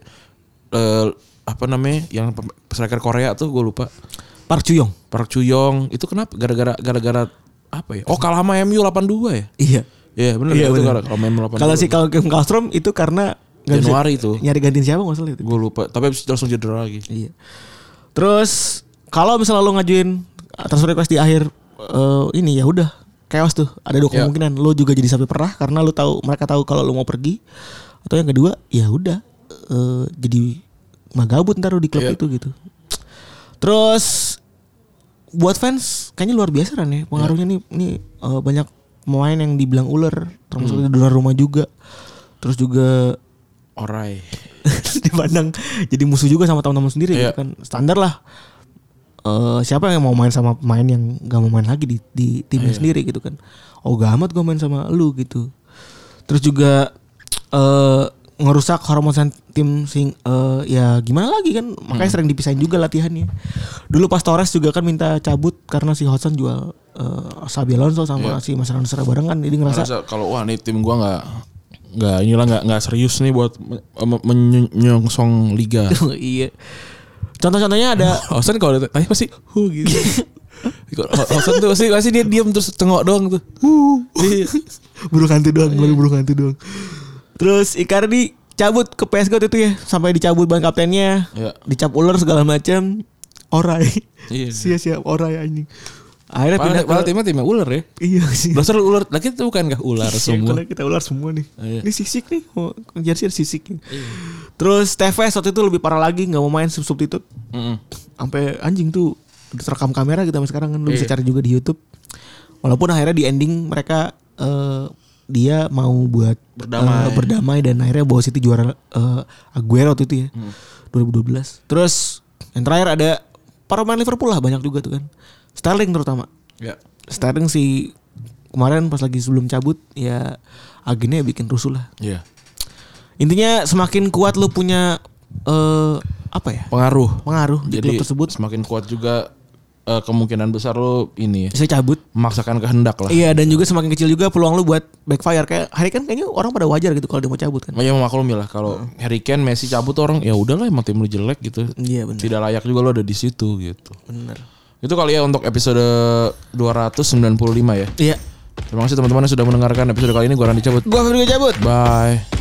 yang striker Korea tuh gue lupa. Park Chu-yong itu kenapa? Gara-gara apa ya? Oh kalah sama MU 8-2 ya? Iya. Iya benar. Iya, itu gara-gara MU 8-2. Kalau Kim Kallstrom itu karena Januari itu nyari gantiin siapa nggak salah itu. Gue lupa. Tapi langsung cedera lagi. Iya. Terus kalau misalnya lo ngajuin transfer request di akhir ini ya udah chaos tuh. Ada dua kemungkinan. Lo juga jadi sapi perah karena mereka tahu kalau lo mau pergi. Atau yang kedua ya udah jadi magabut ntar di klub itu gitu. Terus buat fans kayaknya luar biasa kan ya pengaruhnya nih banyak pemain yang dibilang ular termasuk di luar rumah juga. Terus juga Orai dipandang jadi musuh juga sama teman-teman sendiri gitu kan. Standar lah. Siapa yang mau main sama pemain yang gak mau main lagi di timnya sendiri gitu kan. Oh gak amat gue main sama lu gitu. Terus juga ngerusak hormon tim ya gimana lagi kan. Makanya sering dipisahin juga latihannya. Dulu pas Torres juga kan minta cabut karena si Hodgson jual Xabi Alonso sama si Mas Ranusra barengan. Jadi ngerasa kalau wah nih tim gua nggak serius nih buat menyongsong liga. Iya. Contoh-contohnya ada Hodgson kalau tanya pasti gitu. Hosen tuh pasti dia diam terus tengok doang tuh. Burung hantu doang. Terus Icardi cabut ke PSG waktu itu ya, sampai dicabut ban kaptennya, dicap ular segala macam. Orai. Iya. Siap orai anjing. Akhirnya pindah ke timnya ular ya. Iya sih. Dasar ular. Lagi itu bukan kah ular semua? Kita ular semua nih. Iya. Ini sisik nih. Jersey sisik. Iya. Terus Tevez waktu itu lebih parah lagi, enggak mau main substitute. Sampai anjing tuh terekam kamera kita sampai sekarang kan lu bisa cari juga di YouTube. Walaupun akhirnya di ending mereka dia mau buat berdamai dan akhirnya bawa City juara Aguero waktu itu ya. 2012. Terus yang terakhir ada para pemain Liverpool lah, banyak juga tuh kan. Sterling terutama. Ya. Sterling sih kemarin pas lagi sebelum cabut ya agennya bikin rusuh lah. Iya. Intinya semakin kuat lu punya apa ya? Pengaruh di klub tersebut. Semakin kuat juga kemungkinan besar lu ini bisa cabut, memaksakan kehendak lah. Iya, dan juga semakin kecil juga peluang lu buat backfire. Kayak Harry Kane kayaknya orang pada wajar gitu kalau dia mau cabut kan. Ya maklumi lah kalau Harry Kane, Messi cabut orang ya udahlah emang tim lu jelek gitu. Iya benar. Tidak layak juga lo ada di situ gitu. Benar. Itu kali ya untuk episode 295 ya. Iya. Terima kasih teman-teman yang sudah mendengarkan episode kali ini. Gua Randy cabut. Gua Febri cabut. Bye.